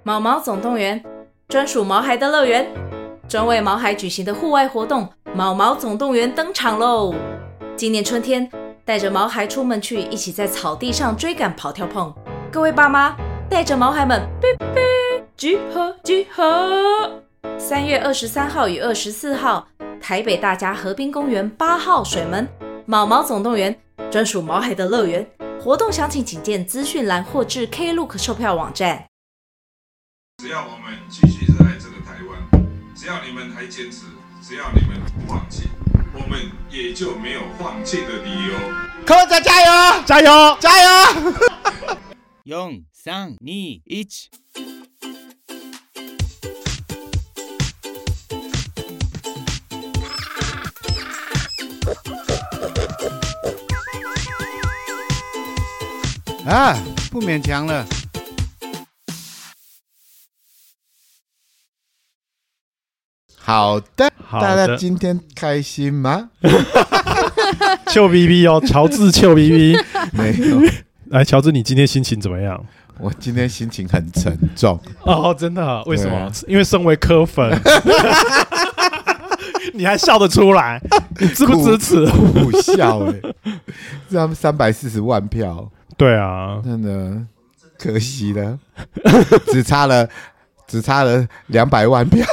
毛毛总动员，专属毛孩的乐园，专为毛孩举行的户外活动毛毛总动员登场喽！今年春天，带着毛孩出门去，一起在草地上追赶跑跳碰。各位爸妈，带着毛孩们，集合集合！3月23号与24号，台北大家河滨公园8号水门毛毛总动员，专属毛孩的乐园。活动详情请见资讯栏或至 Klook 售票网站。 只要我们继续热爱这个台湾，只要你们还坚持，只要你们不放弃，我们也就没有放弃的理由。 柯文哲加油！ 加油！ 加油 ！4、3、2、1。 啊，不勉强了。好的，大家今天开心吗？ 臭逼逼哦，乔治臭逼逼。 没有。 来，乔治，你今天心情怎么样？ 我今天心情很沉重。 哦，真的、啊？为什么？因为身为柯粉，你还笑得出来？你支不支持？ 苦笑哎、欸，他们340万票。对啊，真的可惜了，只差了200万票。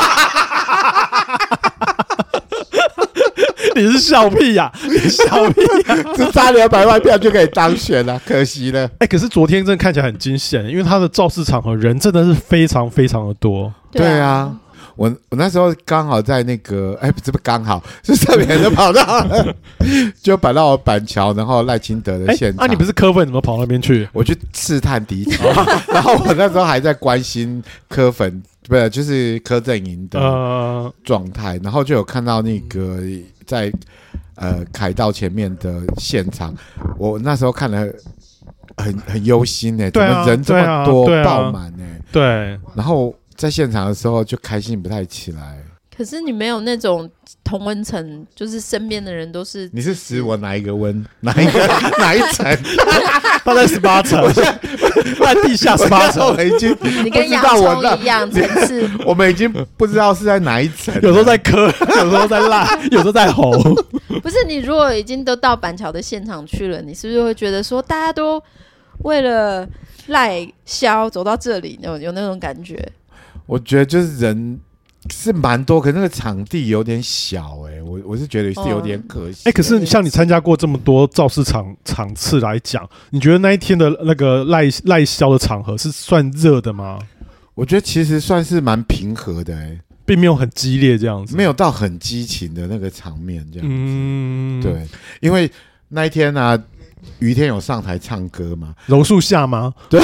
你是笑屁呀、你笑屁呀、 只差200万票就可以当选了，可惜了。 可是昨天真的看起来很惊险，因为他的造势场合人真的是非常非常的多。 对啊。我那时候刚好在那个，不是刚好，是特别就跑到了，就跑到板桥，然后赖清德的现场。 你不是柯粉，怎么跑那边去？ 我去试探敌情，然后我那时候还在关心柯粉，不是就是柯阵营的状态，然后就有看到那个在凯道前面的现场，我那时候看了很忧心怎么人这么多，爆满对， 然后。在现场的时候就开心不太起来。 可是你没有那种同温层，就是身边的人都是。 你是指我哪一个温？哪一层？ 他在18层，在地下18层。 我已经你跟洋葱一样层次。 我们已经不知道是在哪一层。 有时候在磕，有时候在辣，有时候在吼。 不是你如果已经都到板桥的现场去了，你是不是会觉得说大家都为了赖萧走到这里，有那种感觉？ 我觉得就是人是蛮多，可是那个场地有点小我是觉得是有点可惜。 可是像你参加过这么多造势场次来讲，你觉得那一天的那个赖萧的场合是算热的吗？ 我觉得其实算是蛮平和的并没有很激烈这样子， 没有到很激情的那个场面这样子。对，因为那一天啊，于天有上台唱歌嘛， 榕树下吗？ 对。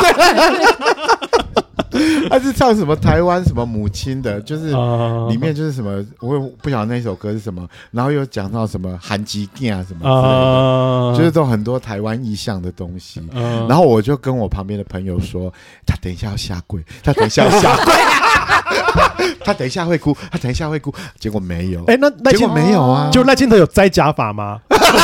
他是唱什么台湾什么母亲的，就是里面就是什么，我也不晓得那首歌是什么，然后又讲到什么韩吉健啊什么之类的，就是这种很多台湾意象的东西。然后我就跟我旁边的朋友说，他等一下要下跪，他等一下要下跪，他等一下会哭，他等一下会哭，结果没有。 那结果没有啊？ 就赖清德有摘假发吗？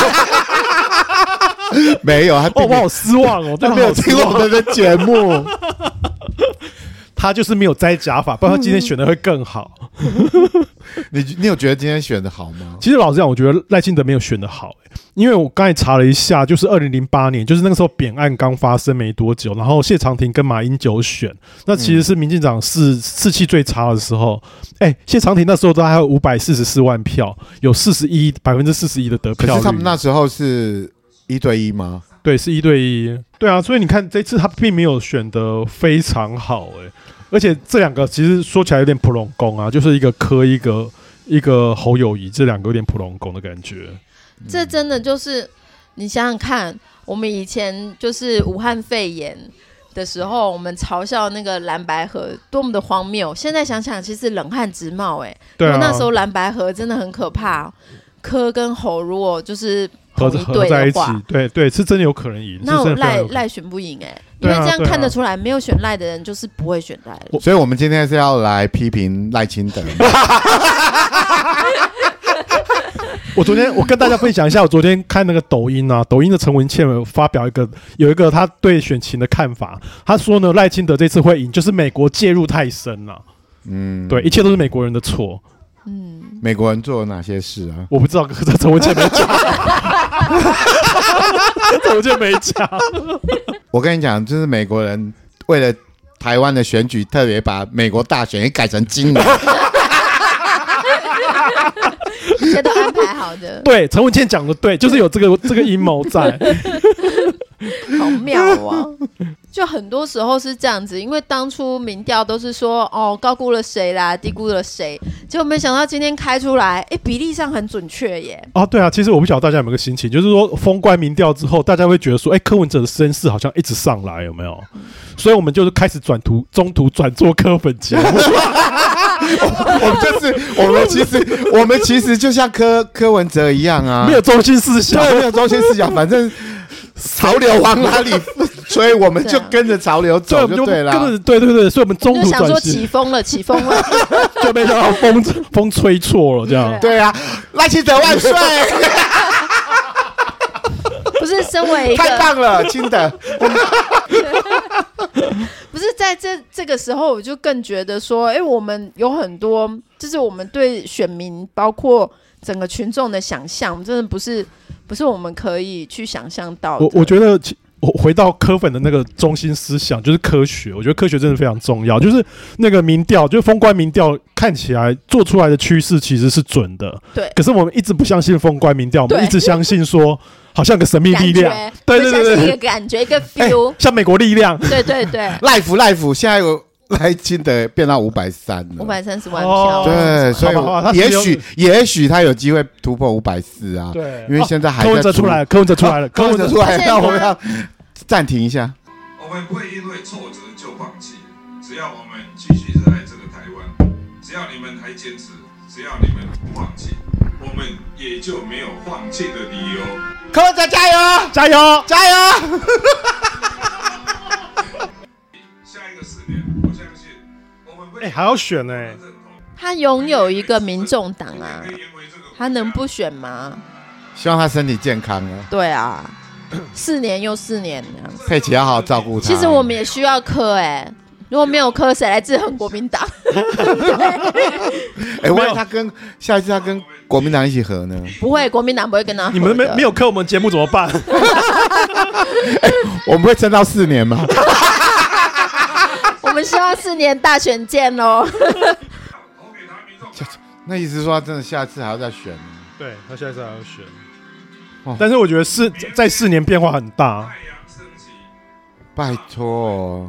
没有， 我好失望哦， 他没有听我们的节目。 他就是没有摘假发，不然他今天选的会更好。 你有觉得今天选的好吗？ 其实老实讲，我觉得赖清德没有选的好，因为我刚才查了一下，就是2008年，就是那个时候扁案刚发生没多久，然后谢长廷跟马英九选，那其实是民进党士气最差的时候。谢长廷那时候都还有544万票，有41%的得票率。 可是他们那时候是1对1吗？ 对，是1对1。对啊，所以你看这次他并没有选得非常好而且这两个其实说起来有点普龙宫啊，就是一个柯一个侯友宜，这两个有点普龙宫的感觉。 这真的就是你想想看，我们以前就是武汉肺炎的时候，我们嘲笑那个蓝白合多么的荒谬，现在想想其实冷汗直冒对啊， 因为那时候蓝白合真的很可怕，柯跟侯如果就是合在一起，对，是真的有可能赢。 那我赖选不赢因为这样看得出来，没有选赖的人就是不会选赖。 所以我们今天是要来批评赖清德。 我跟大家分享一下，我昨天看那个抖音啊，抖音的陈文茜有发表有一个他对选情的看法，他说呢，赖清德这次会赢，就是美国介入太深了。对，一切都是美国人的错。 美国人做了哪些事啊？ 我不知道，可是陈文茜没讲。陈文茜没讲。 我跟你讲，就是美国人为了台湾的选举，特别把美国大选也改成今年。 一切都安排好的。 对，陈文茜讲的对，就是有这个阴谋在。 好妙啊！就很多时候是这样子，因为当初民调都是说高估了谁啦，低估了谁，结果没想到今天开出来，比例上很准确耶。 对啊，其实我不晓得大家有没有个心情，就是说封关民调之后，大家会觉得说，柯文哲的声势好像一直上来，有没有？所以我们就是开始中途转做柯粉节目。 我们其实就像柯文哲一样啊， 没有中心思想， 对，没有中心思想，反正潮流往哪里吹，我们就跟着潮流走就对了。 对，所以我们中途转型， 就想说起风了， 就没想到风吹错了，这样。 对啊，赖清德万岁！ 不是身为一个太棒了，清德。 不是在这个时候，我就更觉得说，我们有很多，就是我们对选民，包括整个群众的想象，真的不是我们可以去想象到的。 我觉得我回到柯粉的那个中心思想，就是科学。我觉得科学真的非常重要。就是那个民调，就是封关民调，看起来做出来的趋势其实是准的。 对。 可是我们一直不相信封关民调，我们一直相信说，好像个神秘力量。对， 一个感觉，一个 feel， 像美国力量。 对。 Life， 现在有赖清德变到530了 ，530万票。 对，所以也许他有机会突破540啊。 对， 因为现在还在柯文哲出来了， 那我们要暂停一下。 我们不会因为挫折就放弃，只要我们继续热爱这个台湾，只要你们还坚持，只要你们不放弃，我们也就没有放弃的理由。 柯文哲加油！ 加油！ 加油！ 下一个4年，我相信我们会还要选呢。 他拥有一个民众党啊，他能不选吗？ 希望他身体健康啊。 对啊，4年又4年这样子。 佩奇要好好照顾他。 其实我们也需要柯如果没有柯，谁来制衡国民党？ 万一下一次他跟国民党一起合呢？ 不会，国民党不会跟他合的。 你们没有柯，我们节目怎么办？ 我们会撑到4年吗？ 我们希望4年大选见喽。 那意思说他真的下次还要再选？ 对，他下次还要选。但是我觉得在4年变化很大。 拜托，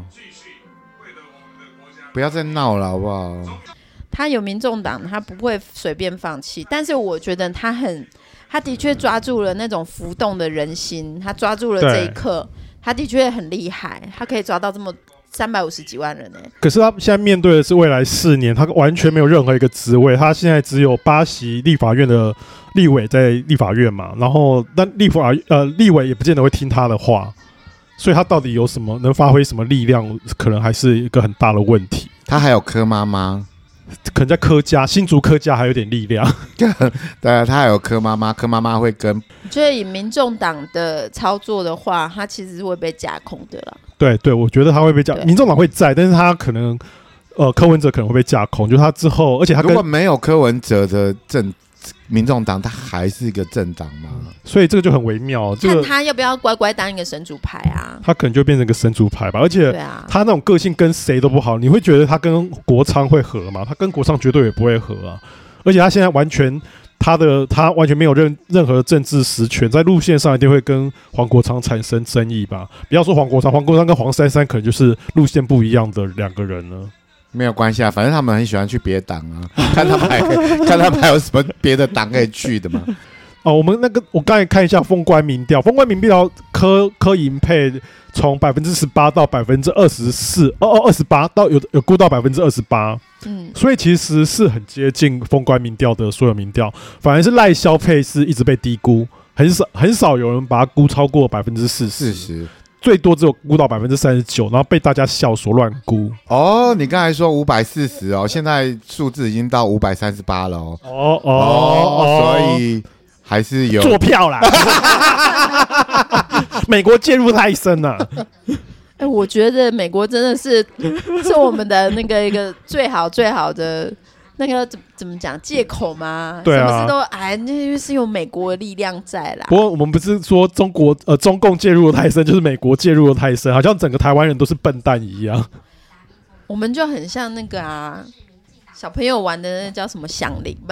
不要再闹了好不好？ 他有民众党，他不会随便放弃，但是我觉得他的确抓住了那种浮动的人心，他抓住了这一刻，他的确很厉害，他可以抓到这么350几万人可是他现在面对的是未来4年，他完全没有任何一个职位，他现在只有8席立法院的立委在立法院嘛，然后但立委也不见得会听他的话，所以他到底有什么能发挥什么力量，可能还是一个很大的问题。 他还有柯妈妈， 可能在新竹柯家还有点力量。 对，他还有柯妈妈，柯妈妈会跟。 我觉得以民众党的操作的话，他其实是会被架空的啦。 对，我觉得他会被架，民众党会在，但是他可能柯文哲可能会被架空，就他之后，而且他如果没有柯文哲的民众党，他还是一个政党嘛， 所以这个就很微妙。 看他要不要乖乖当一个神主牌啊？ 他可能就变成一个神主牌吧，而且他那种个性跟谁都不好，你会觉得他跟国昌会合吗？他跟国昌绝对也不会合啊！而且他现在完全他完全没有任何政治实权，在路线上一定会跟黄国昌产生争议吧？不要说黄国昌跟黄珊珊可能就是路线不一样的2个人了。 没有关系啊，反正他们很喜欢去别党啊，看他们还有什么别的党可以去的吗？ 我们我刚才看一下封关民调柯银配从18%到28%到有估到28%，所以其实是很接近封关民调的所有民调，反而是赖萧配是一直被低估，很少有人把它估超过40%。最多只有估到39%，然后被大家笑说乱估。 你刚才说540现在数字已经到538了所以还是有做票啦。美国介入太深了。 我觉得美国真的是我们的那个一个最好的那个怎么讲借口吗？ 对啊， 什么事都那是有美国的力量在啦。 不过我们不是说中共介入的太深，就是美国介入的太深，好像整个台湾人都是笨蛋一样。 我们就很像那个小朋友玩的那叫什么响铃吧，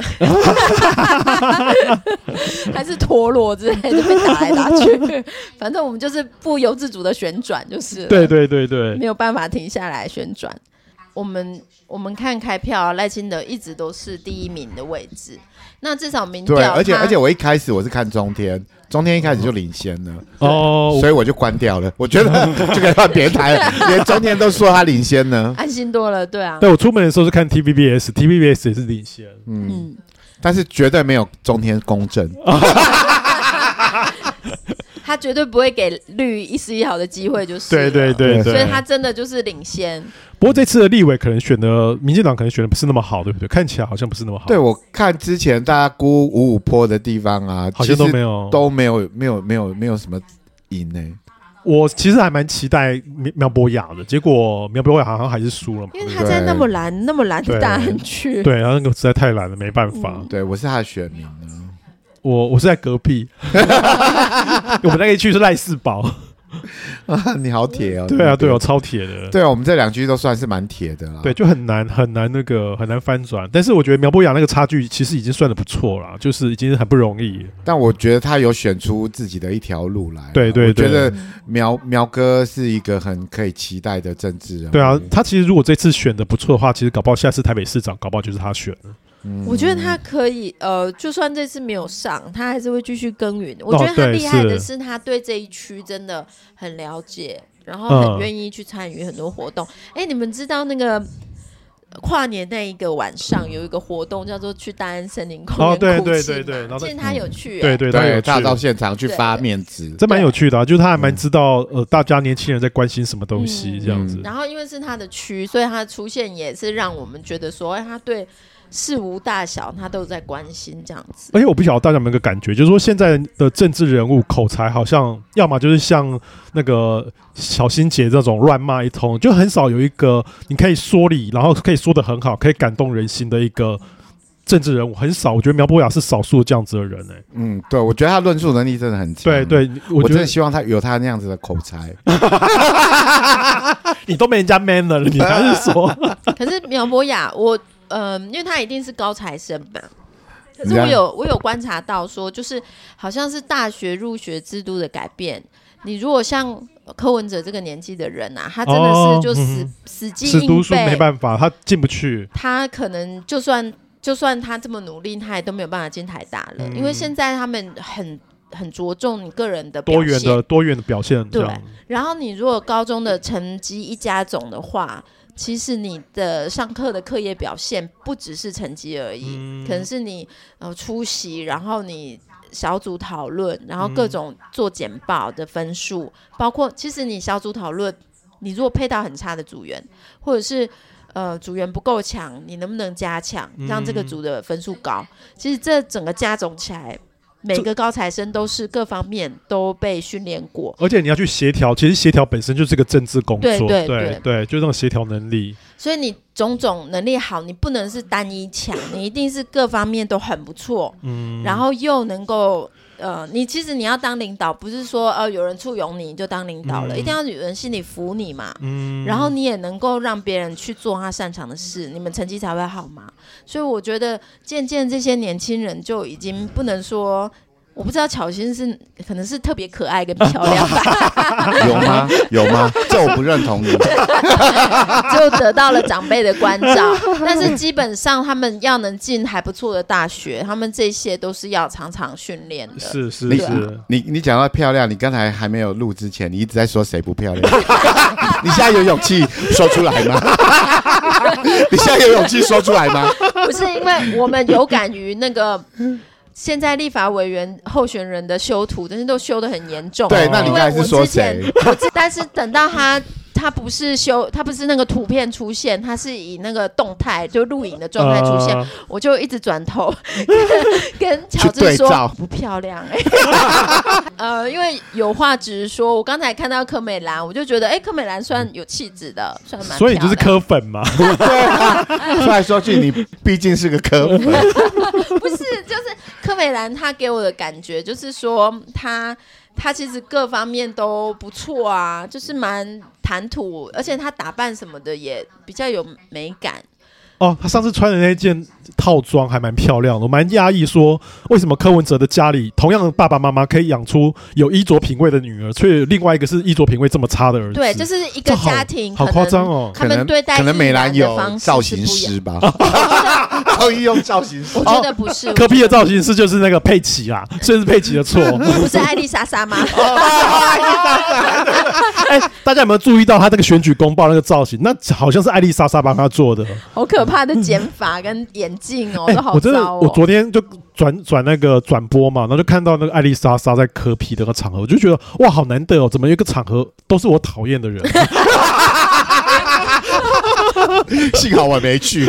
还是陀螺之类的被打来打去，反正我们就是不由自主的旋转，就是了对， 没有办法停下来旋转。我们看开票，赖清德一直都是第一名的位置。那至少民调， 对，而且我一开始我是看中天一开始就领先了哦，所以我就关掉了。我觉得就可以换别台了，连中天都说他领先呢， 安心多了。对啊， 对我出门的时候是看 TVBS 也是领先， 但是绝对没有中天公正。 他绝对不会给绿一丝一毫的机会，就是了对， 所以他真的就是领先。 不过这次的立委可能民进党可能选的不是那么好，对不对？看起来好像不是那么好。 对，我看之前大家估五五波的地方啊， 好像都没有什么赢呢。 我其实还蛮期待苗博雅的，结果苗博雅好像还是输了嘛， 因为他在那么蓝的大安区， 对，然后那个实在太蓝了，没办法。 对，我是他的选民呢。 我是在隔壁，我们那一区是赖世宝。 你好铁哦！ 对啊，超铁的。 对啊，我们这两区都算是蛮铁的啦。 对，就很难很难翻转。但是我觉得苗博雅那个差距其实已经算得不错啦，就是已经很不容易。 但我觉得他有选出自己的一条路来。 对， 我觉得苗哥是一个很可以期待的政治人物。 对啊，他其实如果这次选的不错的话，其实搞不好下次台北市长搞不好就是他选了。 我觉得他可以，就算这次没有上，他还是会继续耕耘。我觉得他厉害的是，他对这一区真的很了解，然后很愿意去参与很多活动。你们知道那个跨年那一个晚上有一个活动叫做去大安森林公园哭泣嘛？其实他有去， 对，他到现场去发面子， 这蛮有趣的，就是他还蛮知道大家年轻人在关心什么东西这样子。 然后因为是他的区，所以他的出现也是让我们觉得说，他对事无大小他都在关心这样子。 而且我不晓得大家有没有一个感觉，就是说现在的政治人物口才好像要么就是像那个小欣姐这种乱骂一通，就很少有一个你可以说理，然后可以说得很好，可以感动人心的一个政治人物，很少。我觉得苗博雅是少数这样子的人。 对，我觉得他论述能力真的很强。 对， 我真的希望他有他那样子的口才。 你都没人家 man 了，你还是说？ 可是苗博雅，因为他一定是高材生嘛。可是我有观察到说，就是好像是大学入学制度的改变。你如果像柯文哲这个年纪的人啊，他真的是就死记硬背， 死读书没办法，他进不去。 他可能就算他这么努力，他也都没有办法进台大了，因为现在他们很着重你个人的表现， 多元的表现。 对，然后你如果高中的成绩一加总的话，其实你的上课的课业表现不只是成绩而已，可能是你出席，然后你小组讨论，然后各种做简报的分数，包括其实你小组讨论，你如果配到很差的组员，或者是组员不够强，你能不能加强，让这个组的分数高？其实这整个加总起来，每个高材生都是各方面都被训练过， 而且你要去协调，其实协调本身就是个政治工作， 对， 就那种协调能力。 所以你种种能力好，你不能是单一强，你一定是各方面都很不错，然后又能够你其实你要当领导，不是说有人簇拥你就当领导了，一定要有人心里服你嘛，然后你也能够让别人去做他擅长的事，你们成绩才会好嘛。所以我觉得渐渐这些年轻人就已经不能说，我不知道巧芯是可能是特别可爱跟漂亮吧有吗？这我不认同你。 就得到了长辈的关照，但是基本上他们要能进还不错的大学，他们这些都是要常常训练的。 是。 你讲到漂亮，你刚才还没有录之前，你一直在说谁不漂亮。你现在有勇气说出来吗？你现在有勇气说出来吗？ 不是，因为我们有感于那个现在立法委员候选人的修图，但是都修得很严重。 对，那你刚才是说谁？ 但是等到他它不是那个图片出现，它是以那个动态就录影的状态出现，我就一直转头跟乔治说不漂亮因为有话直说，我刚才看到柯美兰，我就觉得柯美兰算有气质的，算蛮漂亮的， 所以你就是柯粉嘛？ 对啊，说来说去你毕竟是个柯粉。 不是，就是柯美兰她给我的感觉就是说她其实各方面都不错啊，就是蛮谈吐，而且她打扮什么的也比较有美感。 哦，他上次穿的那件套装还蛮漂亮的，我蛮讶异说为什么柯文哲的家里同样的爸爸妈妈可以养出有衣着品味的女儿，却另外一个是衣着品味这么差的儿子。 对，就是一个家庭好夸张哦， 他们对待可能美兰有造型型师吧，可以用造型师。 我觉得不是， 柯 P 的造型师就是那个佩奇啦，所以是佩奇的错， 不是艾丽莎莎吗？ 大家有没有注意到他这个选举公报那个造型？那好像是艾丽莎莎帮他做的， 好可怕的剪法跟眼镜哦，都好糟哦。 我昨天就转那个转播嘛，然后就看到那个艾丽莎莎在柯 P 的那个场合，我就觉得哇，好难得哦，怎么有一个场合都是我讨厌的人？ 幸好我没去。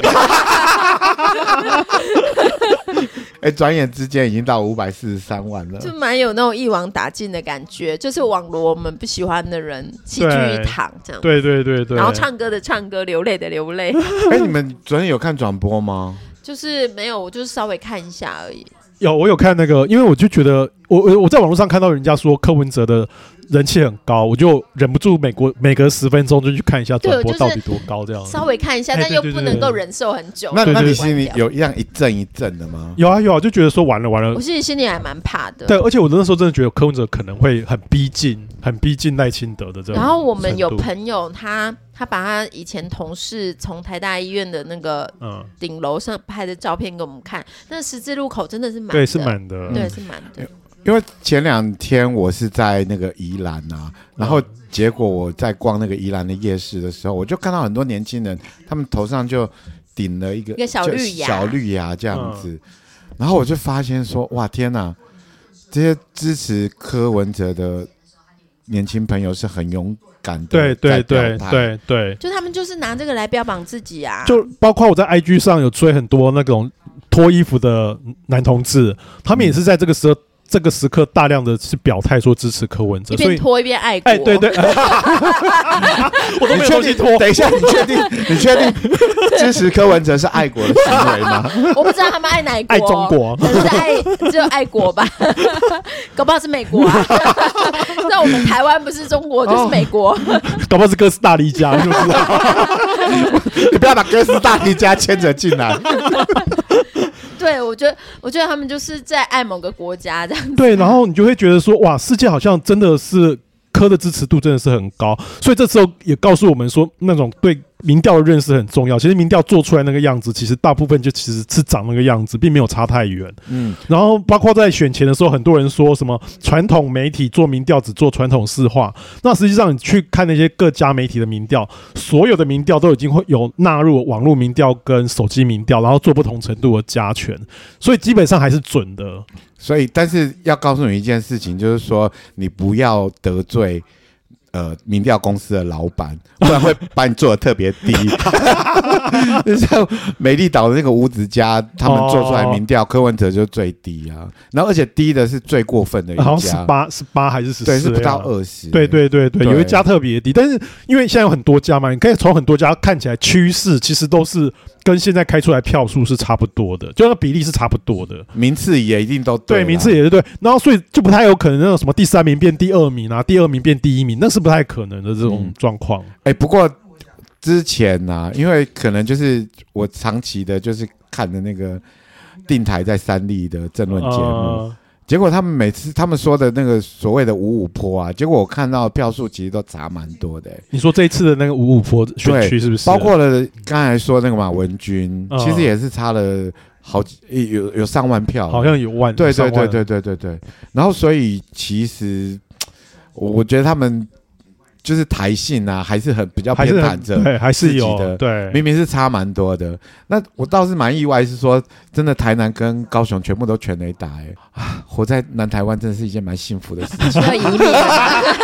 转眼之间已经到543万了， 就蛮有那种一网打尽的感觉，就是网罗我们不喜欢的人齐聚一堂这样。 对，然后唱歌的唱歌，流泪的流泪。 你们昨天有看转播吗？ 就是没有，我就是稍微看一下而已。 我有看那个，因为我就觉得我在网络上看到人家说柯文哲的人气很高，我就忍不住每隔10分钟就去看一下转播到底多高这样， 稍微看一下，但又不能够忍受很久。 那你心里有一样一阵一阵的吗？ 有啊，就觉得说完了， 我自己心里还蛮怕的。 对，而且我那时候真的觉得柯文哲可能会很逼近赖清德的这种。 然后我们有朋友他把他以前同事从台大医院的那个顶楼上拍的照片给我们看，那十字路口真的是满的， 对，是满的， 对，是满的。 因为前2天我是在那个宜兰啊，然后结果我在逛那个宜兰的夜市的时候，我就看到很多年轻人，他们头上就顶了一个小绿芽这样子，然后我就发现说，哇，天哪，这些支持柯文哲的年轻朋友是很勇敢的， 对， 就他们就是拿这个来标榜自己啊， 就包括我在 IG 上有追很多那种脱衣服的男同志，他们也是在这个时刻大量的是表态说支持柯文哲， 一边脱一边爱国。 对，我都没有东西脱。 等一下，你确定支持柯文哲是爱国的行为吗？ 我不知道他们爱哪一国， 爱中国， 可是只有爱国吧？搞不好是美国啊。那我们台湾不是中国就是美国， 搞不好是哥斯达黎加，是不是？ 你不要把哥斯达黎加牵扯进来。 对，我觉得他们就是在爱某个国家这样子。 对，然后你就会觉得说，哇，世界好像真的是柯的支持度真的是很高，所以这时候也告诉我们说，那种对民调的认识很重要。其实民调做出来那个样子，其实大部分就其实是长那个样子，并没有差太远。然后包括在选前的时候，很多人说什么传统媒体做民调只做传统市话，那实际上你去看那些各家媒体的民调，所有的民调都已经会有纳入网络民调跟手机民调，然后做不同程度的加权，所以基本上还是准的。 所以，但是要告诉你一件事情，就是说你不要得罪民调公司的老板，不然会把你做的特别低。就像美丽岛的那个吴子嘉，他们做出来民调，柯文哲就最低啊。然后而且低的是最过分的一家， 好像18还是14， 对，是不到20。 对，有一家特别低，但是因为现在有很多家嘛，你可以从很多家看起来趋势其实都是跟现在开出来票数是差不多的，就那个比例是差不多的， 名次也一定都对， 名次也是对，然后所以就不太有可能那种什么第3名变第2名啊，第2名变第1名，那是不太可能的这种状况。 不过之前啊，因为可能就是我长期的就是看的那个定台在3立的政论节目。结果他们每次他们说的那个所谓的55波啊，结果我看到票数其实都差蛮多的。 你说这一次的那个55波选区是不是？ 包括了刚才说那个马文君，其实也是差了有上万票， 好像有万。 对。然后所以其实我觉得他们就是台信啊，还是比较偏袒着， 对，还是有的，对， 明明是差蛮多的。那我倒是蛮意外，是说真的，台南跟高雄全部都全垒打，活在南台湾真的是一件蛮幸福的事情。 要移民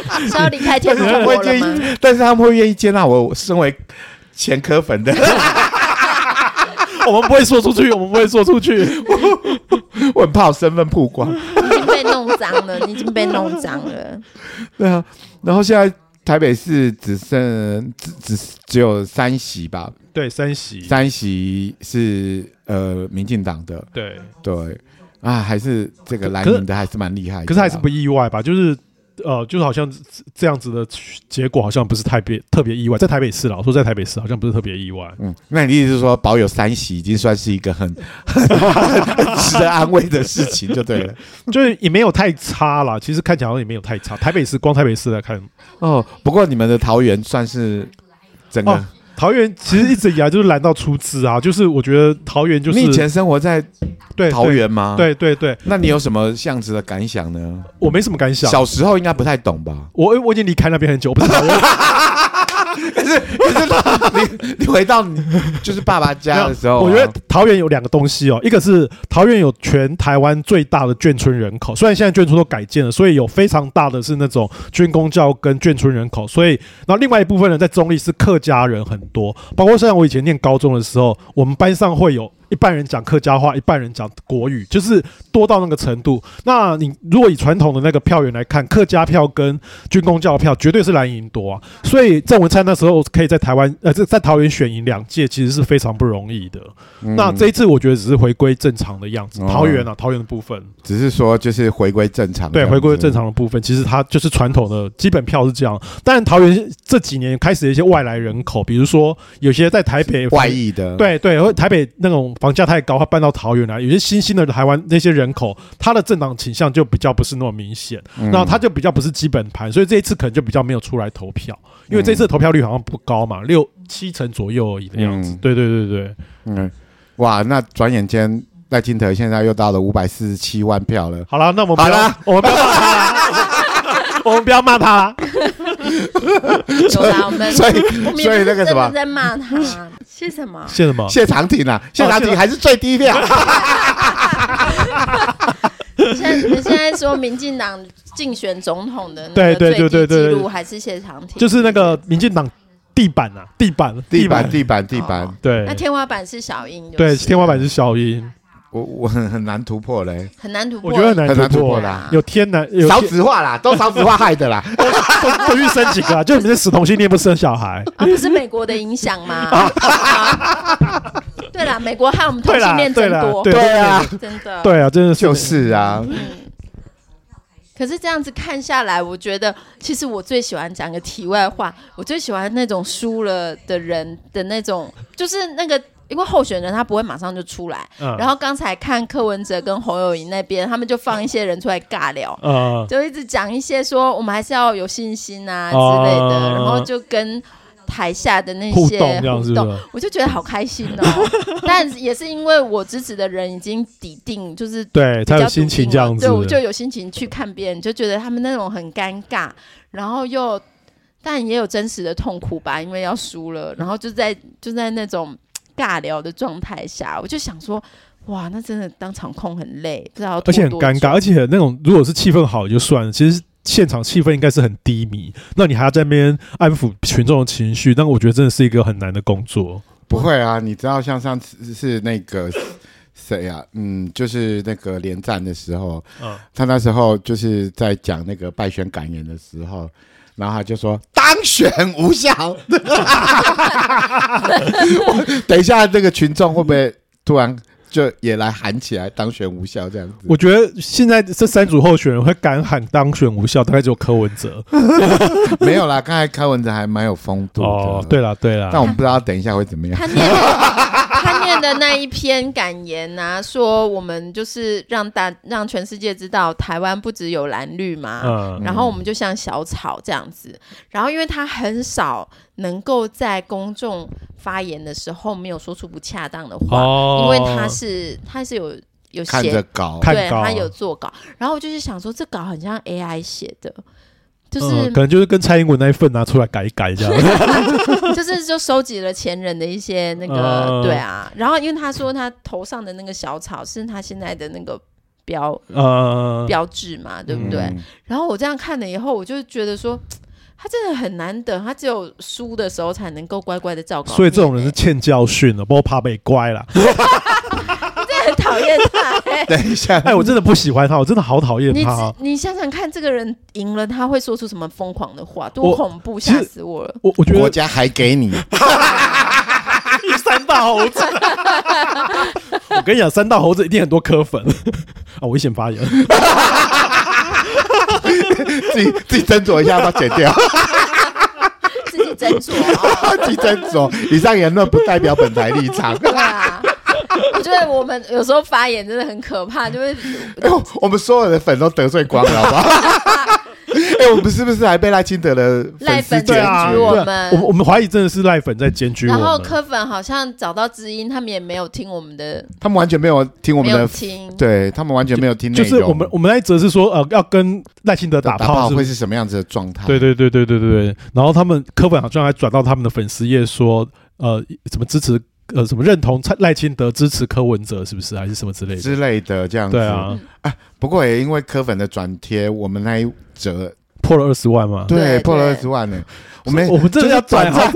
是要离开天龙国了吗？ 但是他们会愿意接纳我身为前科粉的。 我们不会说出去，我们不会说出去。 我很怕我身份曝光。 你已经被弄脏了，你已经被弄脏了。 对啊，然后现在台北市只有3席吧？ 对，3席 ，3席是民进党的。 对对啊，还是这个蓝营的还是蛮厉害的。 可是还是不意外吧？就是好像这样子的结果，好像不是特别意外。在台北市啦，我说在台北市好像不是特别意外。 那你的意思是说保有3席已经算是一个很值得安慰的事情，就对了。 就是也没有太差啦，其实看起来好像也没有太差。光台北市来看， 不过你们的桃园算是整个。 桃园其实一直以来就是蓝到出汁啊，就是我觉得桃园就是你以前生活在桃园吗？ 对对对。 那你有什么这样子的感想呢？ 我没什么感想， 小时候应该不太懂吧？ 我已经离开那边很久，我不知道。 可是你回到你就是爸爸家的时候， 我觉得桃园有2个东西哦，一个是桃园有全台湾最大的眷村人口，虽然现在眷村都改建了，所以有非常大的是那种军公教跟眷村人口，所以然后另外一部分人在中立是客家人很多，包括像我以前念高中的时候，我们班上会有一半人讲客家话，一半人讲国语，就是多到那个程度。那你如果以传统的那个票源来看，客家票跟军公教票绝对是蓝营多啊。所以郑文灿那时候可以在在桃园选赢2届，其实是非常不容易的。那这一次我觉得只是回归正常的样子。桃园的部分， 只是说就是回归正常。 对，回归正常的部分，其实它就是传统的基本票是这样。但桃园这几年开始有一些外来人口，比如说有些在台北外裔的， 对，台北那种房价太高，他搬到桃园来，有些新兴的台湾那些人口，他的政党倾向就比较不是那么明显，那他就比较不是基本盘，所以这一次可能就比较没有出来投票，因为这一次的投票率好像不高嘛，6-7成左右而已的样子。对对对对， 哇，那转眼间赖清德现在又到了547万票了。 好了，那我们不要骂他啦，我们不要骂他啦。 有啦，我们所以那个什么在骂他，谢什么？ 谢什么？ 谢长廷啊，谢长廷还是最低票。 现在说民进党竞选总统的那个最低纪录还是谢长廷， 就是那个民进党地板。对， 那天花板是小英， 对，天花板是小英。 我很难突破嘞， 很难突破， 我觉得很难突破啦。 有天难， 少子化啦，都少子化害的啦。 都去生几个啊？就你们这死同性恋不生小孩啊？不是美国的影响吗？对啦，美国害我们同性恋增多， 对啊， 真的， 对啊，真的就是啊。 可是这样子看下来，我觉得其实我最喜欢讲个题外话，我最喜欢那种输了的人的那种，就是那个。因为候选人他不会马上就出来，然后刚才看柯文哲跟侯友宜那边，他们就放一些人出来尬聊，就一直讲一些说我们还是要有信心啊之类的，然后就跟台下的那些互动，我就觉得好开心哦。但也是因为我支持的人已经底定，就是对他有心情这样子， 对，我就有心情去看别人，就觉得他们那种很尴尬，然后但也有真实的痛苦吧，因为要输了，然后就在那种尬聊的状态下，我就想说，哇，那真的当场控很累，不知道， 而且很尴尬，而且那种如果是气氛好也就算了，其实现场气氛应该是很低迷，那你还要在那边安抚群众的情绪，但我觉得真的是一个很难的工作。 不会啊，你知道像上次是那个谁啊，就是那个连战的时候，他那时候就是在讲那个败选感言的时候。然后他就说当选无效。等一下，这个群众会不会突然就也来喊起来当选无效这样子？ 我觉得现在这3组候选人会敢喊当选无效，大概只有柯文哲。 没有啦，刚才柯文哲还蛮有风度的。 哦，对啦，但我们不知道等一下会怎么样。 他念的那一篇感言啊，说我们就是让全世界知道台湾不只有蓝绿嘛，然后我们就像小草这样子。然后因为他很少能够在公众发言的时候没有说出不恰当的话，因为他是有写看着稿， 对，他有做稿。然后我就是想说，这稿很像 AI 写的。就是可能就是跟蔡英文那一份拿出来改一改这样， 就收集了前人的一些那个对啊，然后因为他说他头上的那个小草是他现在的那个标志嘛，对不对？然后我这样看了以后，我就觉得说。他真的很难得，他只有输的时候才能够乖乖的照稿念。 所以这种人是欠教训了，不过怕被乖啦。 你真的很讨厌他。 等一下， 我真的不喜欢他，我真的好讨厌他。 你想想看，这个人赢了，他会说出什么疯狂的话，多恐怖，吓死我了。 我觉得国家还给你三大猴子。我跟你讲，三大猴子一定很多柯粉啊，危险发言。 自己斟酌一下，要不要剪掉？ 自己斟酌， 自己斟酌。以上言论不代表本台立场。 对啊，我觉得我们有时候发言真的很可怕，就会我们所有的粉都得罪光了，好不好？我们是不是还被赖清德的赖粉检举我们？ 我们怀疑真的是赖粉在检举我们。 然后柯粉好像找到知音，他们也没有听我们的， 他们完全没有听我们的，对他们完全没有听内容。 就是我们那一则是说要跟赖清德打炮会是什么样子的状态？ 对。然后他们柯粉好像还转到他们的粉丝页说什么支持什么认同赖清德支持柯文哲，是不是还是什么之类的这样子？ 对啊。 不过也因为柯粉的转贴，我们那一则破了20万嘛？ 对，破了20万呢。我们真的要转到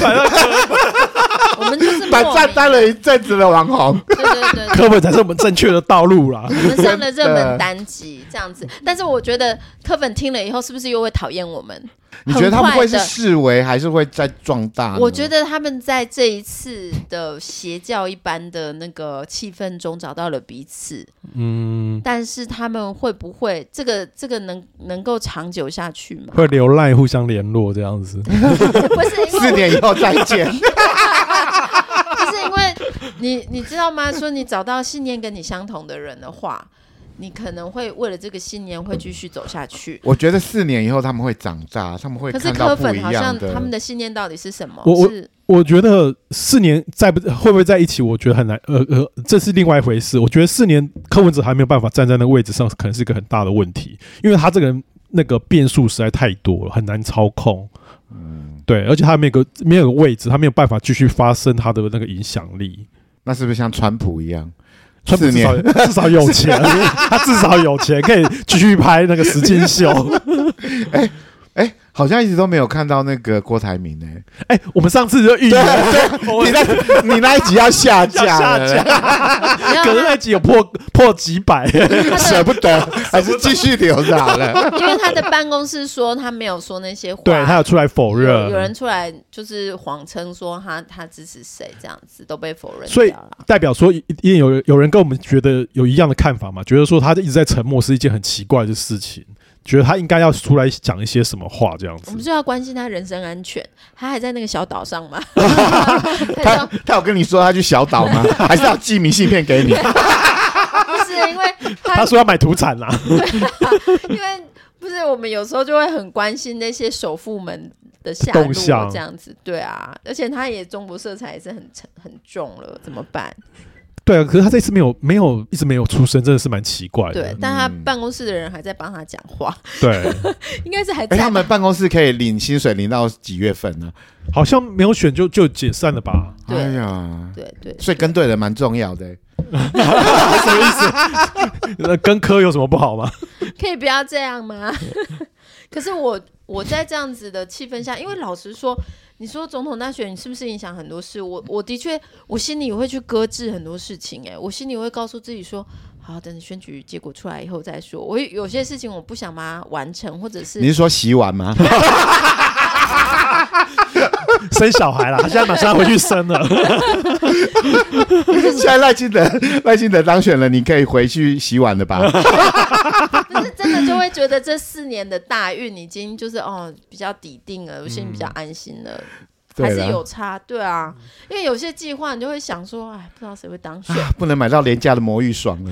我们就是短暂当了一阵子的网红。 对， 柯粉才是我们正确的道路啦。 我们上了热门单集这样子，但是我觉得柯粉听了以后，是不是又会讨厌我们？ 你觉得他们会是视为，还是会再壮大？ 我觉得他们在这一次的邪教一般的那个气氛中找到了彼此，但是他们会不会这个能够长久下去吗？ 会留赖互相联络这样子？ 不是 4年以后再见。 不是因为你知道吗？说你找到信念跟你相同的人的话。你可能会为了这个信念会继续走下去。 我觉得4年以后他们会长大，他们会看到不一样的。可是柯粉好像他们的信念到底是什么？ 我觉得4年会不会在一起？我觉得很难。这是另外一回事。我觉得4年柯文哲还没有办法站在那个位置上，可能是一个很大的问题，因为他这个人那个变数实在太多了，很难操控。对，而且他没有个位置，他没有办法继续发生他的那个影响力。 那是不是像川普一样？ 川普至少有钱，他至少有钱可以继续拍那个实境秀。 好像一直都没有看到那个郭台铭我们上次就预言， 你那一集要下架了， 可是那一集有破几百， 舍不得，还是继续留着好了。 因为他的办公室说他没有说那些话， 对他有出来否认， 有人出来就是谎称说他支持谁，这样子都被否认掉了。 所以代表说一定有人跟我们觉得有一样的看法嘛？觉得说他一直在沉默是一件很奇怪的事情。觉得他应该要出来讲一些什么话，这样子。 我们就要关心他人身安全。他还在那个小岛上吗？ 他有跟你说他去小岛吗？还是要寄明信片给你？ 不是，因为他说要买土产啦。 因为不是，我们有时候就会很关心那些首富们的下落，这样子。对啊，而且他也中国色彩也是很重了，怎么办？ 对啊，可是他这次一直没有出声，真的是蛮奇怪的。 对，但他办公室的人还在帮他讲话。 对， 应该是还在。 他们办公室可以领薪水领到几月份呢？ 好像没有选就解散了吧？ 哎呀， 对， 所以跟对人蛮重要的。 什么意思？跟科有什么不好吗？ 可以不要这样吗？可是我在这样子的气氛下，因为老实说。你说总统大选你是不是影响很多事？我的确，我心里会去搁置很多事情。我心里会告诉自己说，好，等选举结果出来以后再说。我有些事情我不想把它完成，或者是你是说洗碗吗？ 生小孩啦，他现在马上回去生了。 现在赖清德当选了，你可以回去洗碗了吧？ 可是真的就会觉得这4年的大运已经就是比较底定了，我心里比较安心了。还是有差，对啊，因为有些计划你就会想说，不知道谁会当选， 不能买到廉价的魔芋爽了。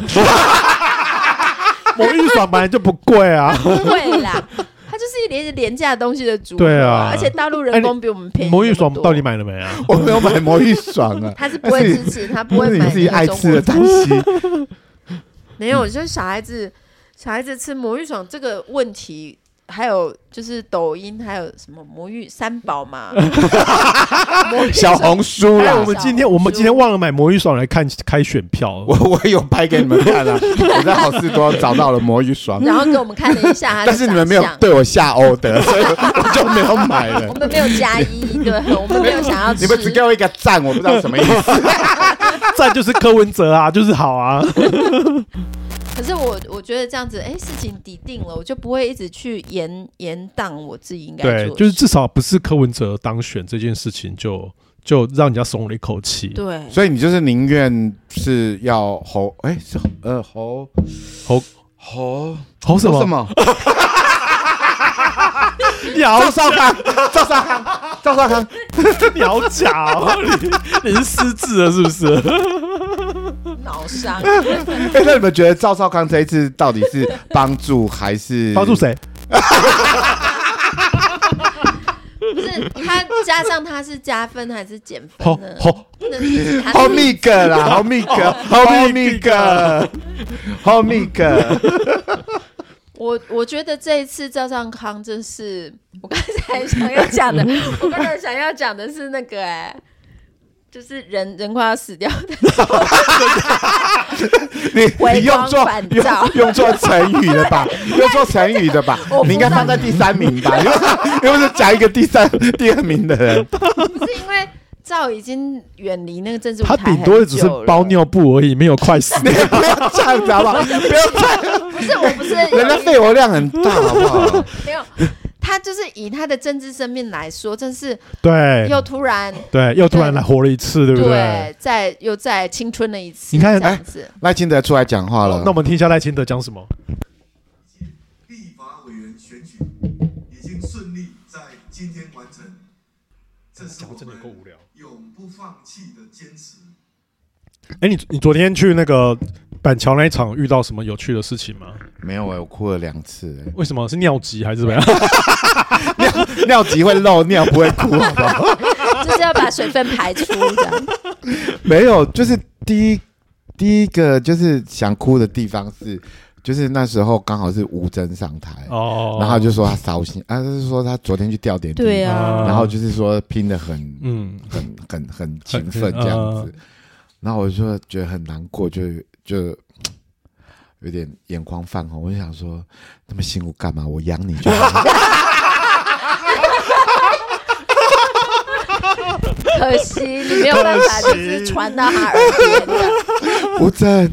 魔芋爽本来就不贵啊， 不会啦。它就是廉价东西的组合， 对啊， 而且大陆人工比我们便宜。 魔芋爽到底买了没啊？ 我没有买魔芋爽啊， 他是不会支持，他不会买自己爱吃的东西。 没有，就是小孩子吃魔芋爽这个问题， 还有就是抖音，还有什么魔芋三宝嘛， 小红书啦。 我们今天忘了买魔芋爽来开选票， 我有拍给你们看啊，我在好事多找到了魔芋爽， 然后给我们看了一下， 但是你们没有对我下order，所以我就没有买了。 我们没有加1，对，我们没有想要吃。 你们只给我一个赞，我不知道什么意思。 赞就是柯文哲啊，就是好啊。 可是我觉得这样子，事情底定了，我就不会一直去延宕我自己应该做的事。 对，就是至少不是柯文哲当选这件事情就让人家松了一口气。 对， 所以你就是宁愿是要侯什么？赵少康， 你好假哦！你是失智了是不是？ 脑伤。 那你们觉得赵少康这一次到底是帮助还是帮助谁？ 不是他加上他是加分还是减分呢？ 好密格啦，好密格。 我觉得这一次赵少康真是我刚才想要讲的，是那个就是人快要死掉的时候， 你用错成语了吧？你应该放在第3名吧？又不是讲一个第2名的人， 不是因为赵已经远离那个政治舞台， 他顶多只是包尿布而已，没有快死。 你不要这样子好不好？不要这样。 我不是， 人家肺活量很大，好不好？ 没有。他就是以他的政治生命来说，真是对， 又突然来活了一次，对不对？ 对，又再青春了一次。 你看， 这样子， 赖清德出来讲话了。 那我们听一下赖清德讲什么。 立法委员选举已经顺利在今天完成，这是我们永不放弃的坚持。 你昨天去那个板桥那一场遇到什么有趣的事情吗？ 没有，我哭了2次。 为什么？是尿急还是怎么样？ 尿急会漏尿，不会哭，好不好？ 就是要把水分排出这样。 没有，就是第一个就是想哭的地方是，就是那时候刚好是吴峥上台，然后就说他烧心，就是说他昨天去吊点滴， 对啊， 然后就是说拼得很勤奋这样子，然后我就觉得很难过，就有点眼眶泛红，我就想说那么辛苦干嘛？我养你就好。 可惜你没有办法，就是传到他耳边的。 吴峥，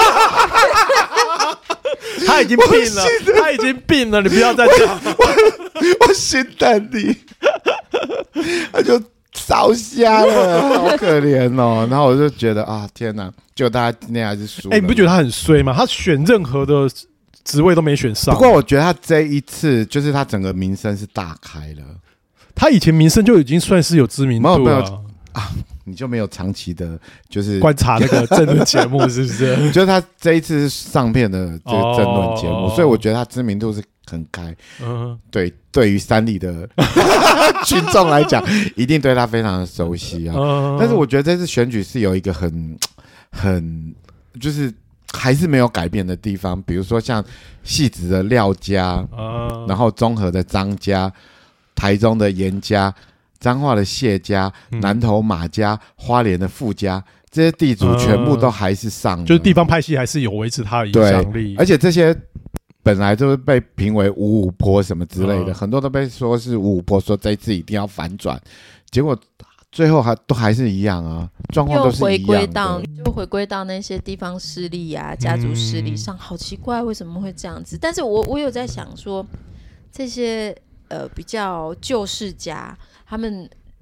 他已经病了，你不要再讲。 我心疼你，他就烧瞎了，好可怜哦。然后我就觉得啊，天哪！结果大家今天还是输了。 你不觉得他很衰吗？他选任何的职位都没选上。 不过我觉得他这一次就是他整个名声是大开了。 他以前名声就已经算是有知名度了啊，你就没有长期的，就是观察那个政论节目，是不是？ 就是他这一次上片的这个政论节目，所以我觉得他知名度是很开。对于三立的群众来讲，一定对他非常的熟悉啊。但是我觉得这次选举是有一个很就是还是没有改变的地方，比如说像汐止的廖家，然后中和的张家。台中的严家、彰化的谢家、南投马家、花莲的傅家，这些地主全部都还是上了， 就是地方派系还是有维持他的影响力。 而且这些本来就是被评为五五波什么之类的，很多都被说是五五波，说这一次一定要反转，结果最后还是一样啊，状况都是一样的。 就回归到那些地方势力啊、家族势力上，好奇怪为什么会这样子？但是我有在想说，这些。比较旧世家，他们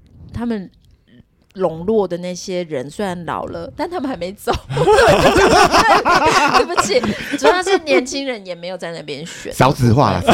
笼络的那些人虽然老了，但他们还没走。对不起，主要是年轻人也没有在那边选。 少子化了，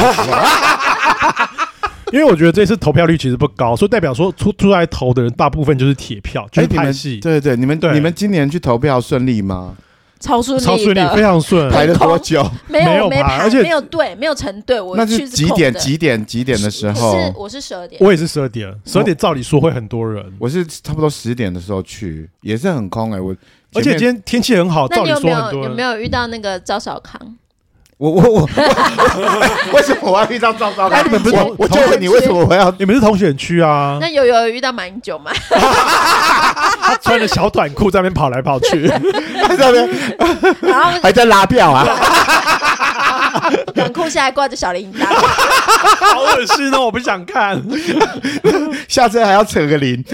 因为我觉得这次投票率其实不高，所以代表说出来投的人大部分就是铁票，就是派系。 对，你们今年去投票顺利吗？ 超顺利， 非常顺。 排了多久？ 没排，而且没有队，没有成队。我那是几点的时候？ 我是12点， 我也是12点。12点照理说会很多人， 我是差不多10点的时候去，也是很空我而且今天天气很好，照理说很多人。 有没有遇到那个赵少康？ 我为什么我要遇到赵少康？ 你们不是我就问你为什么我要？ 你们是同选区啊？ 那有遇到马英九吗？ 他穿着小短裤在那边跑来跑去， 在那边， 然后还在拉票啊！ 短裤下来挂着小铃铛， 好恶心哦！我不想看。 下车还要扯个铃。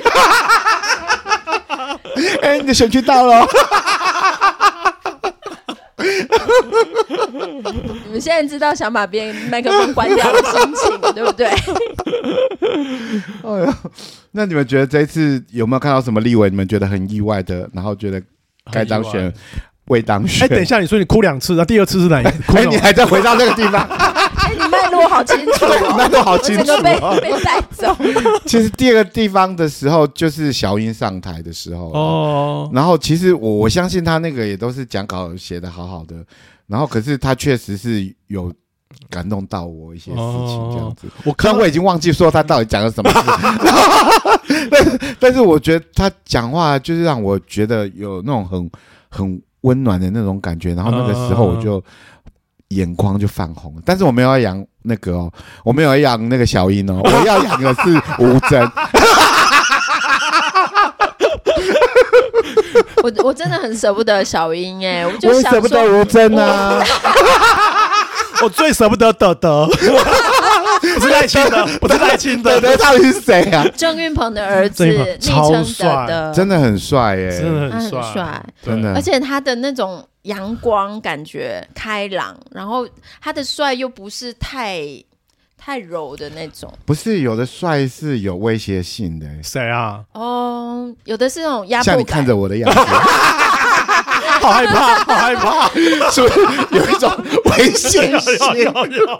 你的选区到了。 你们现在知道想把别人麦克风关掉的心情，对不对？ 哎呦，那你们觉得这一次有没有看到什么立委你们觉得很意外的，然后觉得该当选未当选？ 等一下，你说你哭2次，那第2次是哪一个？ 你还在回到那个地方？ 你脉络好清楚哦， 脉络好清楚， 我整个被带走。 其实第2个地方的时候，就是小英上台的时候哦。然后其实我相信他那个也都是讲稿写得好好的，然后可是他确实是有感动到我一些事情，这样子。虽然我已经忘记说他到底讲了什么事，但是我觉得他讲话就是让我觉得有那种很温暖的那种感觉，然后那个时候我就眼眶就泛红了。但是我没有要养那个哦，我没有要养那个小英哦，我要养的是吴峥。 我真的很舍不得小英哎，我也舍不得吴峥啊。 我最舍不得德德，不是赖清德，不是赖清德， 德德到底是谁啊？ 郑运鹏的儿子， 超帅， 真的很帅耶， 真的很帅， 真的。 而且他的那种阳光感觉开朗，然后他的帅又不是太柔的那种， 不是有的帅是有威胁性的。 谁啊？ 哦，有的是那种压迫感。 像你看着我的样子。 好害怕，好害怕， 是不是有一种危险性？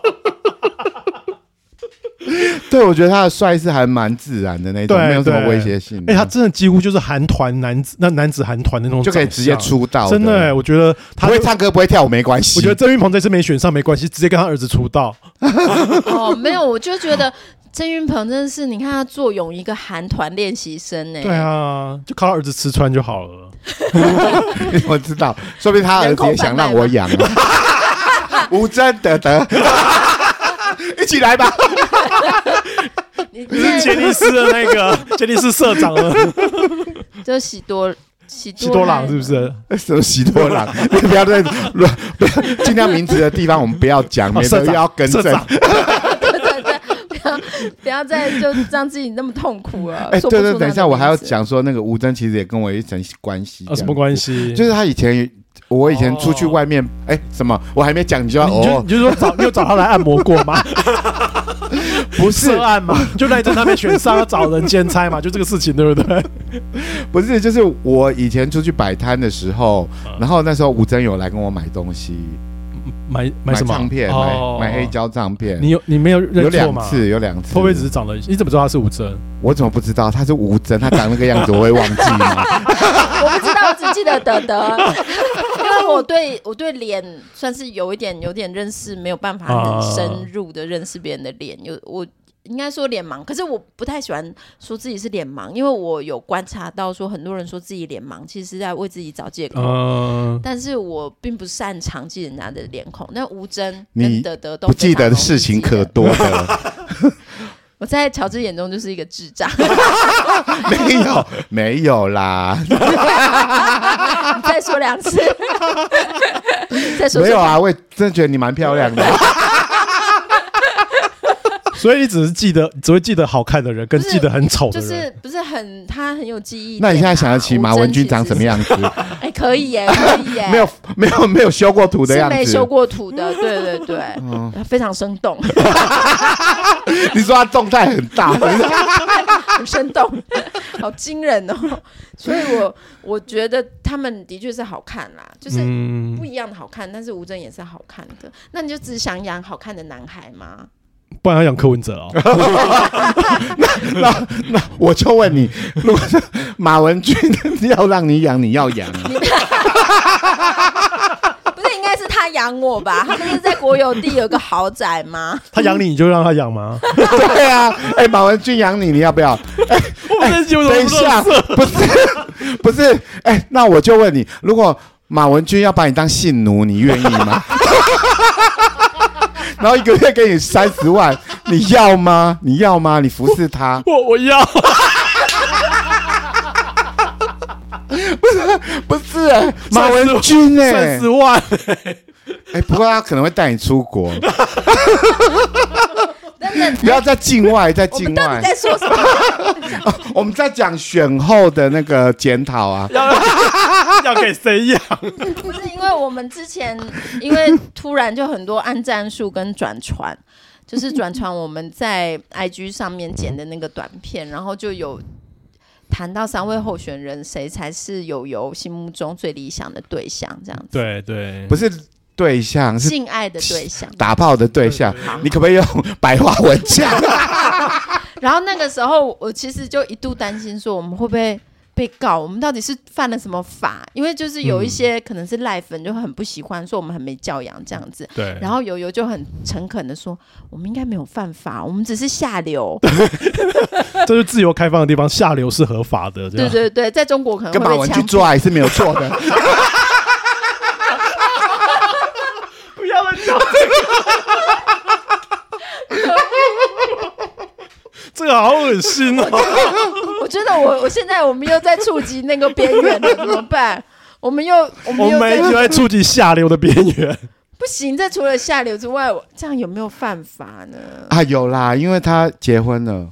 对，我觉得他的帅是还蛮自然的那种，没有什么威胁性。 他真的几乎就是韩团男子韩团的那种， 就可以直接出道。 真的，我觉得他不会唱歌不会跳舞没关系。 我觉得郑运鹏这次没选上没关系，直接跟他儿子出道。 哦，没有，我就觉得郑运鹏真的是，你看他坐拥一个韩团练习生呢。 对啊，就靠他儿子吃穿就好了。 我知道，说不定他儿子也想让我养。吴峥德德，一起来吧。 你是杰尼斯的那个杰尼斯社长了， 就喜多朗是不是？ 什么喜多朗？你不要再尽量名字的地方我们不要讲，免得又要更正。 不要再就让自己那么痛苦了。 对，等一下我还要讲说，那个吴峥其实也跟我有一层关系。 什么关系？ 就是我以前出去外面，什么我还没讲，你就你就说你有找他来按摩过吗？不是涉案嘛，就赖正他没选上，要找人兼差嘛，就这个事情，对不对？ 不是，就是我以前出去摆摊的时候，然后那时候吴峥有来跟我买东西。 买什么唱片？买黑胶唱片。 你没有认错吗？ 有两次。 会不会只是长得？你怎么知道他是吴峥？ 我怎么不知道他是吴峥？他长那个样子，我会忘记吗？ 我不知道，我只记得德德，因为我对脸算是有点认识，没有办法很深入的认识别人的脸。我应该说脸盲，可是我不太喜欢说自己是脸盲，因为我有观察到说很多人说自己脸盲，其实是在为自己找借口。但是我并不擅长记人家的脸孔。那吴峥跟德德都不记得的事情可多的。 我在乔治眼中就是一个智障。 没有啦。 你再说2次。再说没有啊，我也真的觉得你蛮漂亮的。 所以你只会记得好看的人，跟记得很丑的人， 就是不是他很有记忆。 那你现在想得起马文君长什么样子？ 可以耶，可以耶。 没有修过图的样子， 是没修过图的，对，非常生动。 你说他动态很大， 很生动，好惊人哦。所以我觉得他们的确是好看啦，就是不一样的好看，但是吴峥也是好看的。那你就只想养好看的男孩吗？ 不然要养柯文哲哦。 那我就问你，如果是马文君要让你养，你要养？ 不是应该是他养我吧？他不是在国有地有个豪宅吗？ 他养你，你就让他养吗？ 对啊，马文君养你，你要不要？等一下，不是，那我就问你，如果马文君要把你当性奴，你愿意吗？然后1个月给你30万，你要吗？你要吗？你服侍他？ 我要。 不是马文君 30万不过他可能会带你出国。不要在境外，在境外。 我们到底在说什么？ 我们在讲选后的那个检讨啊， 要给谁养？ 不是因为我们之前，因为突然就很多按赞数跟转传，就是转传我们在 IG 上面剪的那个短片，然后就有谈到3位候选人谁才是友友心目中最理想的对象，这样子。 对对， 不是对象，是性爱的对象， 打炮的对象。你可不可以用白话文讲？ 然后那个时候，我其实就一度担心说，我们会不会被告？我们到底是犯了什么法？因为就是有一些可能是赖粉就很不喜欢，说我们很没教养这样子。 对。 然后友友就很诚恳的说，我们应该没有犯法，我们只是下流。 这是自由开放的地方，下流是合法的。 对对对，在中国可能会被跟马文君做爱是没有错的。 不要再讲这个好恶心哦！ 我觉得我现在我们又在触及那个边缘了，怎么办？我们又在触及下流的边缘。 不行，这除了下流之外，这样有没有犯法呢？ 啊，有啦，因为他结婚了。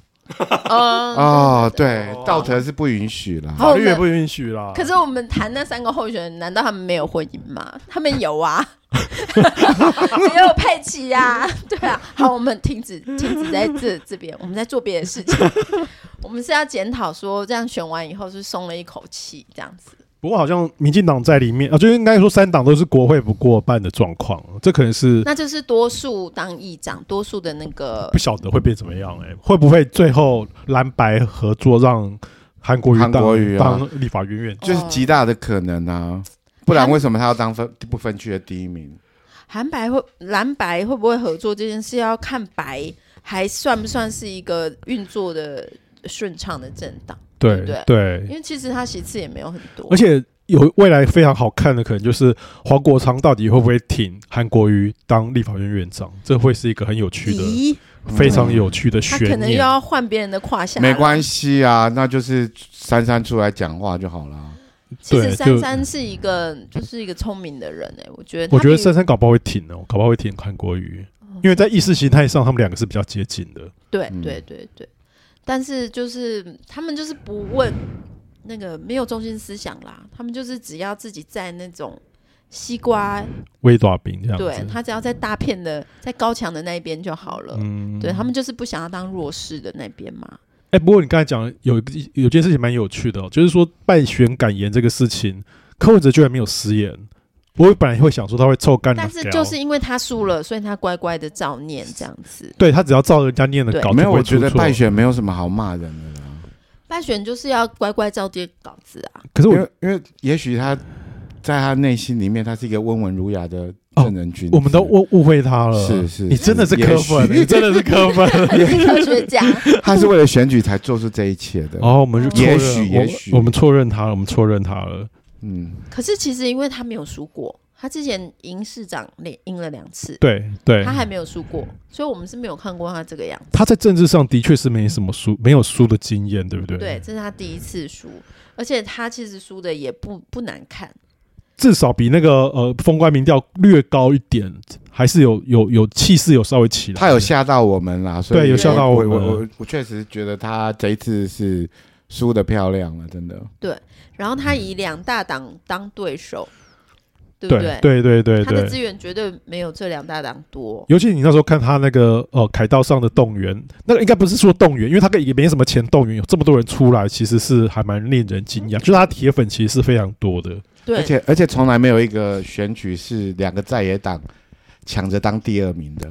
对，道德是不允许啦， 法律也不允许啦。 可是我们谈那3个候选人，难道他们没有婚姻吗？他们有啊，也有佩奇啊，对啊。好，我们停止在这边，我们在做别的事情。我们是要检讨说，这样选完以后是松了一口气，这样子。 不过好像民进党在里面就应该说3党都是国会不过半的状况，这可能是那就是多数当议长，多数的那个不晓得会变怎么样会不会最后蓝白合作让韩国瑜当立法院院长，就是极大的可能啊，不然为什么他要当不分区的第1名？ 蓝白会不会合作这件事要看白还算不算是一个运作的顺畅的政党。对对， 因为其实他席次也没有很多， 而且有未来非常好看的可能就是黄国昌到底会不会挺韩国瑜当立法院院长，这会是一个很有趣的非常有趣的悬念。 他可能又要换别人的胯下， 没关系啊，那就是珊出来讲话就好了。 其实珊是一个就是一个聪明的人我觉得珊搞不好会挺搞不好会挺韩国瑜，因为在意识形态上他们2个是比较接近的。 对对对对。但是就是他们就是不问那个没有中心思想啦，他们就是只要自己在那种西瓜微大饼这样子， 对，他只要在大片的在高墙的那一边就好了。对，他们就是不想要当弱势的那边嘛。 不过你刚才讲有件事情蛮有趣的就是说败选感言这个事情，柯文哲居然没有失言。我本来会想说他会臭干， 但是就是因为他输了，所以他乖乖的照念这样子。 对，他只要照人家念的稿， 没有，我觉得败选没有什么好骂人的啦。 败选就是要乖乖照念稿子啊。 可是因为也许他在他内心里面，他是一个温文儒雅的正人君子。 我们都误会他了。是，你真的是科粉，你真的是科粉， 科学家。 他是为了选举才做出这一切的。 我们就也许我们错认他了， 可是其实因为他没有输过，他之前赢市长赢了2次， 对， 他还没有输过，所以我们是没有看过他这个样子。 他在政治上的确是没有输的经验，对不对？ 对，这是他第1次输，而且他其实输的也不难看， 至少比那个封关民调略高一点，还是有气势有稍微起来。 他有吓到我们啦，所以对，有吓到我们。 我确实觉得他这一次是输得漂亮了，真的。 对，然后他以2大党当对手，对不对？ 对， 他的资源绝对没有这2大党多。 尤其你那时候看他那个凯道上的动员，那个应该不是说动员，因为他也没什么钱动员，有这么多人出来，其实是还蛮令人惊讶。就是他铁粉其实是非常多的， 对， 而且从来没有一个选举是2个在野党抢着当第2名的。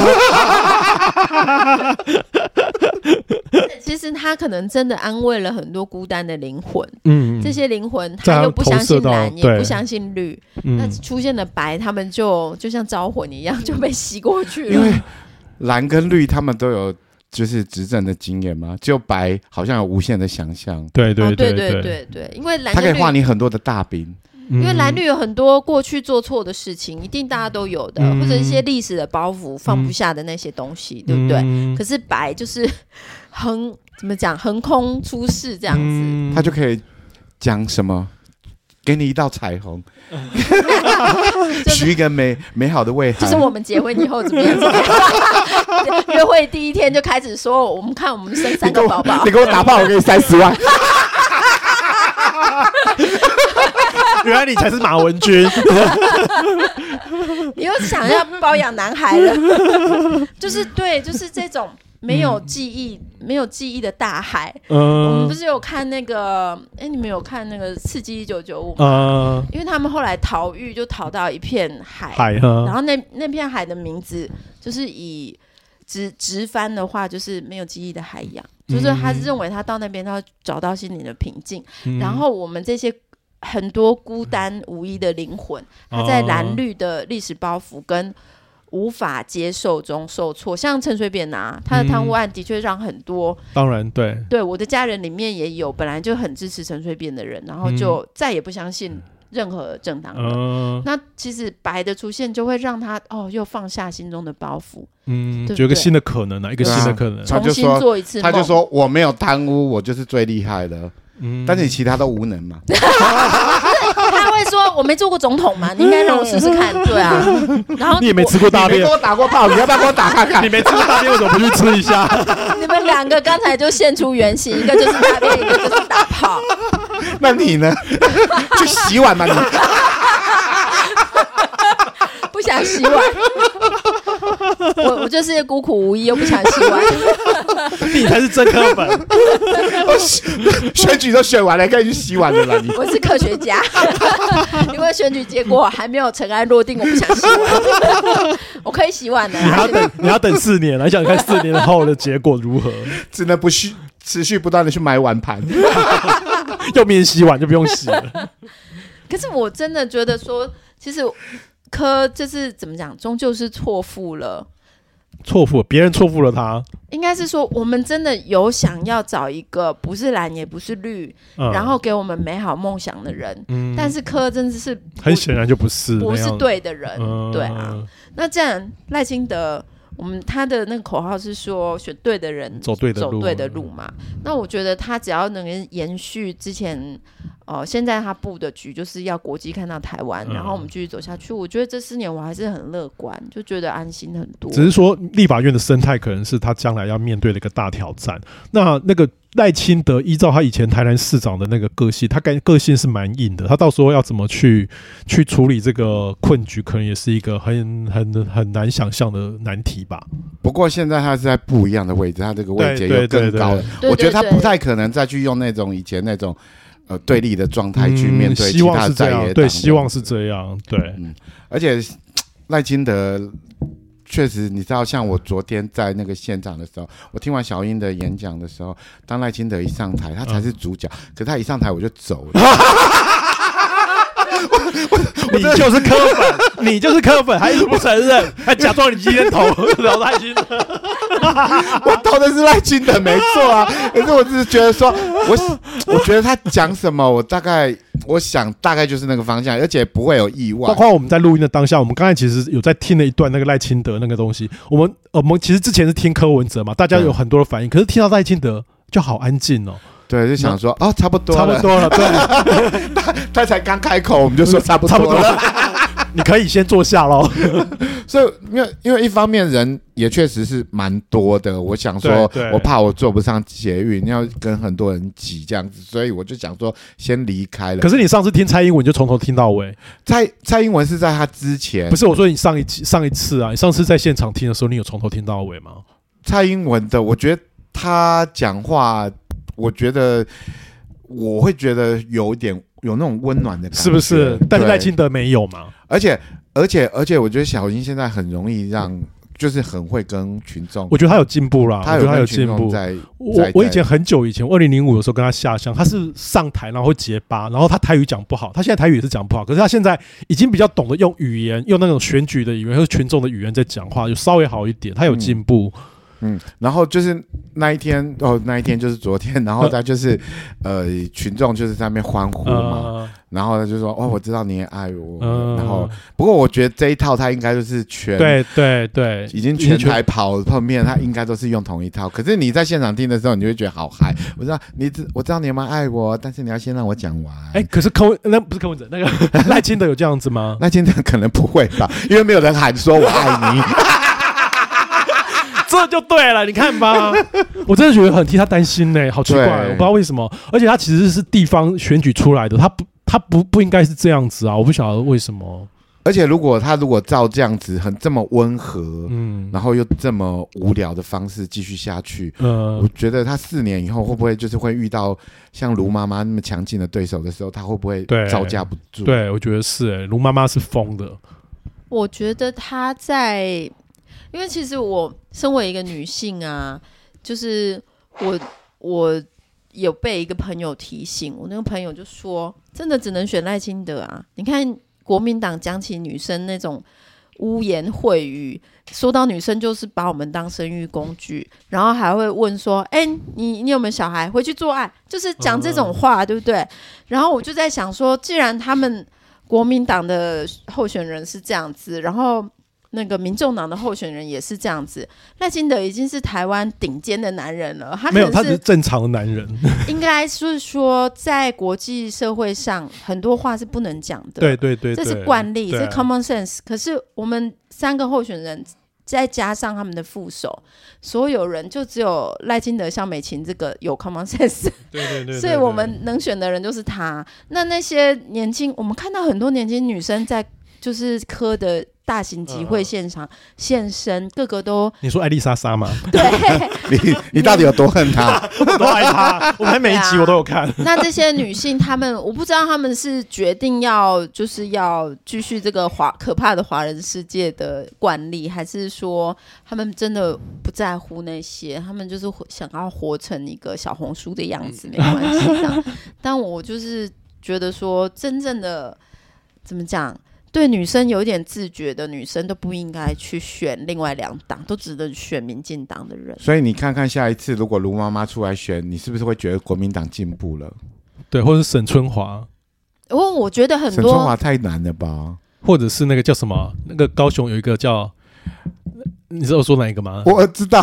其实他可能真的安慰了很多孤单的灵魂，这些灵魂他又不相信蓝，也不相信绿，那出现了白，他们就像招魂一样就被吸过去了。 因为蓝跟绿他们都有就是执政的经验嘛，只有白好像有无限的想象。 对， 因为蓝他可以画你很多的大饼。 因为蓝绿有很多过去做错的事情，一定大家都有的，或者一些历史的包袱放不下的那些东西，对不对？可是白就是怎么讲，横空出世这样子， 他就可以讲什么，给你一道彩虹，许一个美好的未来。 就是我们结婚以后怎么样？约会第一天就开始说，我们看我们生3个宝宝。 你给我打炮，我给你30万。 原来你才是马文君。 你又想要包养男孩了。就是对，就是这种没有记忆的大海。我们不是有看那个你们有看那个刺激1995吗？因为他们后来逃狱就逃到一片海，然后那片海的名字就是以直翻的话就是没有记忆的海洋，就是他认为他到那边他要找到心灵的平静。然后我们这些很多孤单无依的灵魂，他在蓝绿的历史包袱跟无法接受中受挫。像陈水扁他的贪污案的确让很多， 当然对我的家人里面也有本来就很支持陈水扁的人，然后就再也不相信任何政党了。那其实白的出现就会让他又放下心中的包袱，对， 有一个新的可能一个新的可能， 重新做一次梦。 他就说我没有贪污，我就是最厉害的。但是你其他都无能嘛。 他会说我没做过总统嘛，你应该让我试试看。对啊，然后你也没吃过大便， 你没给我打过炮，你要不要给我打看看？ 你没吃过大便，为什么不去吃一下？ 你们2个刚才就现出原形，一个就是大便，一个就是打炮。 那你呢？去洗碗吧你。 不想洗碗。我就是孤苦无依又不想洗碗。 你才是真科本。 选举都选完了，可以去洗碗了啦你。 我是科学家。因为选举结果还没有尘埃落定，我不想洗碗。我可以洗碗的。 你要等4年了，你想看4年后的结果如何？ 只能持续不断的去买碗盘。 又免洗碗就不用洗了。 可是我真的觉得说，其实柯就是怎么讲，终究是错付了。 别人错付了他。 应该是说，我们真的有想要找一个不是蓝也不是绿，然后给我们美好梦想的人。但是柯真的是很显然就不是对的人。对啊，那这样赖清德。他的那个口号是说选对的人走对的路嘛。那我觉得他只要能延续之前现在他布的局，就是要国际看到台湾，然后我们继续走下去。我觉得这4年我还是很乐观，就觉得安心很多。 只是说立法院的生态可能是他将来要面对的一个大挑战。那个赖清德依照他以前台南市长的那个个性，他个性是蛮硬的，他到时候要怎么去处理这个困局，可能也是一个很难想象的难题吧。 不过现在他是在不一样的位置，他这个位阶又更高了。我觉得他不太可能再去用那种以前那种对立的状态去面对其他在野党。 对，希望是这样。对， 而且赖清德。确实，你知道，像我昨天在那个现场的时候，我听完小英的演讲的时候，当赖清德一上台，他才是主角，可是他一上台我就走了。 你就是柯粉，你就是柯粉，还是不承认，还假装你今天投赖清德。 我投的是赖清德，没错啊。可是我只是觉得说，我觉得他讲什么，我想大概就是那个方向，而且不会有意外。 包括我们在录音的当下，我们刚才其实有在听了一段那个赖清德那个东西。我们其实之前是听柯文哲嘛，大家有很多的反应，可是听到赖清德就好安静哦。 对，就想说差不多了， 对。 他才刚开口，我们就说差不多了。 你可以先坐下咯。 所以因为一方面人也确实是蛮多的，我想说我怕我坐不上捷运，要跟很多人挤这样子，所以我就想说先离开了。 可是你上次听蔡英文就从头听到尾。 蔡英文是在他之前。 不是，我说你上一次啊，你上次在现场听的时候，你有从头听到尾吗？ 蔡英文的，我觉得他讲话，我会觉得有那种温暖的感觉， 是不是？但是赖清德没有嘛。 而且，我觉得小英现在很容易就是很会跟群众。 我觉得他有进步啦， 他有进步。 我以前很久以前，2005的时候跟他下乡，他是上台然后会结巴，然后他台语讲不好，他现在台语也是讲不好，可是他现在已经比较懂得用语言，用那种选举的语言和群众的语言在讲话，就稍微好一点，他有进步。 然后就是那一天就是昨天，然后他就是群众就是在那边欢呼嘛，然后他就说我知道你也爱我，然后不过我觉得这一套他应该就是对， 已经全台跑遍，他应该都是用同一套。可是你在现场听的时候，你就会觉得好嗨。我知道你有没有爱我，但是你要先让我讲完。 可是那不是柯文哲，那个赖清德有这样子吗？ 赖清德可能不会吧，因为没有人喊说我爱你。 这就对了，你看吧，我真的觉得很替他担心呢，好奇怪，我不知道为什么。而且他其实是地方选举出来的，他不应该是这样子啊，我不晓得为什么。 而且如果照这样子这么温和，然后又这么无聊的方式继续下去，我觉得他4年以后会不会就是会遇到像卢妈妈那么强劲的对手的时候，他会不会招架不住？ 对，我觉得是卢妈妈是疯的。 我觉得他因为其实我身为一个女性啊，就是我有被一个朋友提醒，我那个朋友就说，真的只能选赖清德啊！你看国民党讲起女生那种污言秽语，说到女生就是把我们当生育工具，然后还会问说，你有没有小孩？回去做爱，就是讲这种话，对不对？然后我就在想说，既然他们国民党的候选人是这样子，然后那个民众党的候选人也是这样子，赖清德已经是台湾顶尖的男人了， 没有，他只是正常的男人。 应该是说，在国际社会上，很多话是不能讲的。 对， 这是惯例，这是 common sense。可是我们3个候选人，再加上他们的副手，所有人就只有赖清德、萧美琴这个有 common sense。 对， 所以我们能选的人就是他。那些我们看到很多年轻女生在就是科的大型集会现场现身，个个都。你说艾丽莎莎吗？ 对， 你到底有多恨她？ 我都爱她，我每一集我都有看。 那这些女性，我不知道她们是决定要继续这个可怕的华人世界的惯例，还是说她们真的不在乎那些，她们就是想要活成一个小红书的样子，没关系这样。但我就是觉得说，真正的怎么讲？对女生有点自觉的女生都不应该去选另外2党，都只能选民进党的人。 所以你看看下一次如果卢妈妈出来选，你是不是会觉得国民党进步了？ 对，或者是沈春华。 我觉得很多沈春华太难了吧？ 或者是那个叫什么？那个高雄有一个叫，你知道我说哪一个吗？ 我知道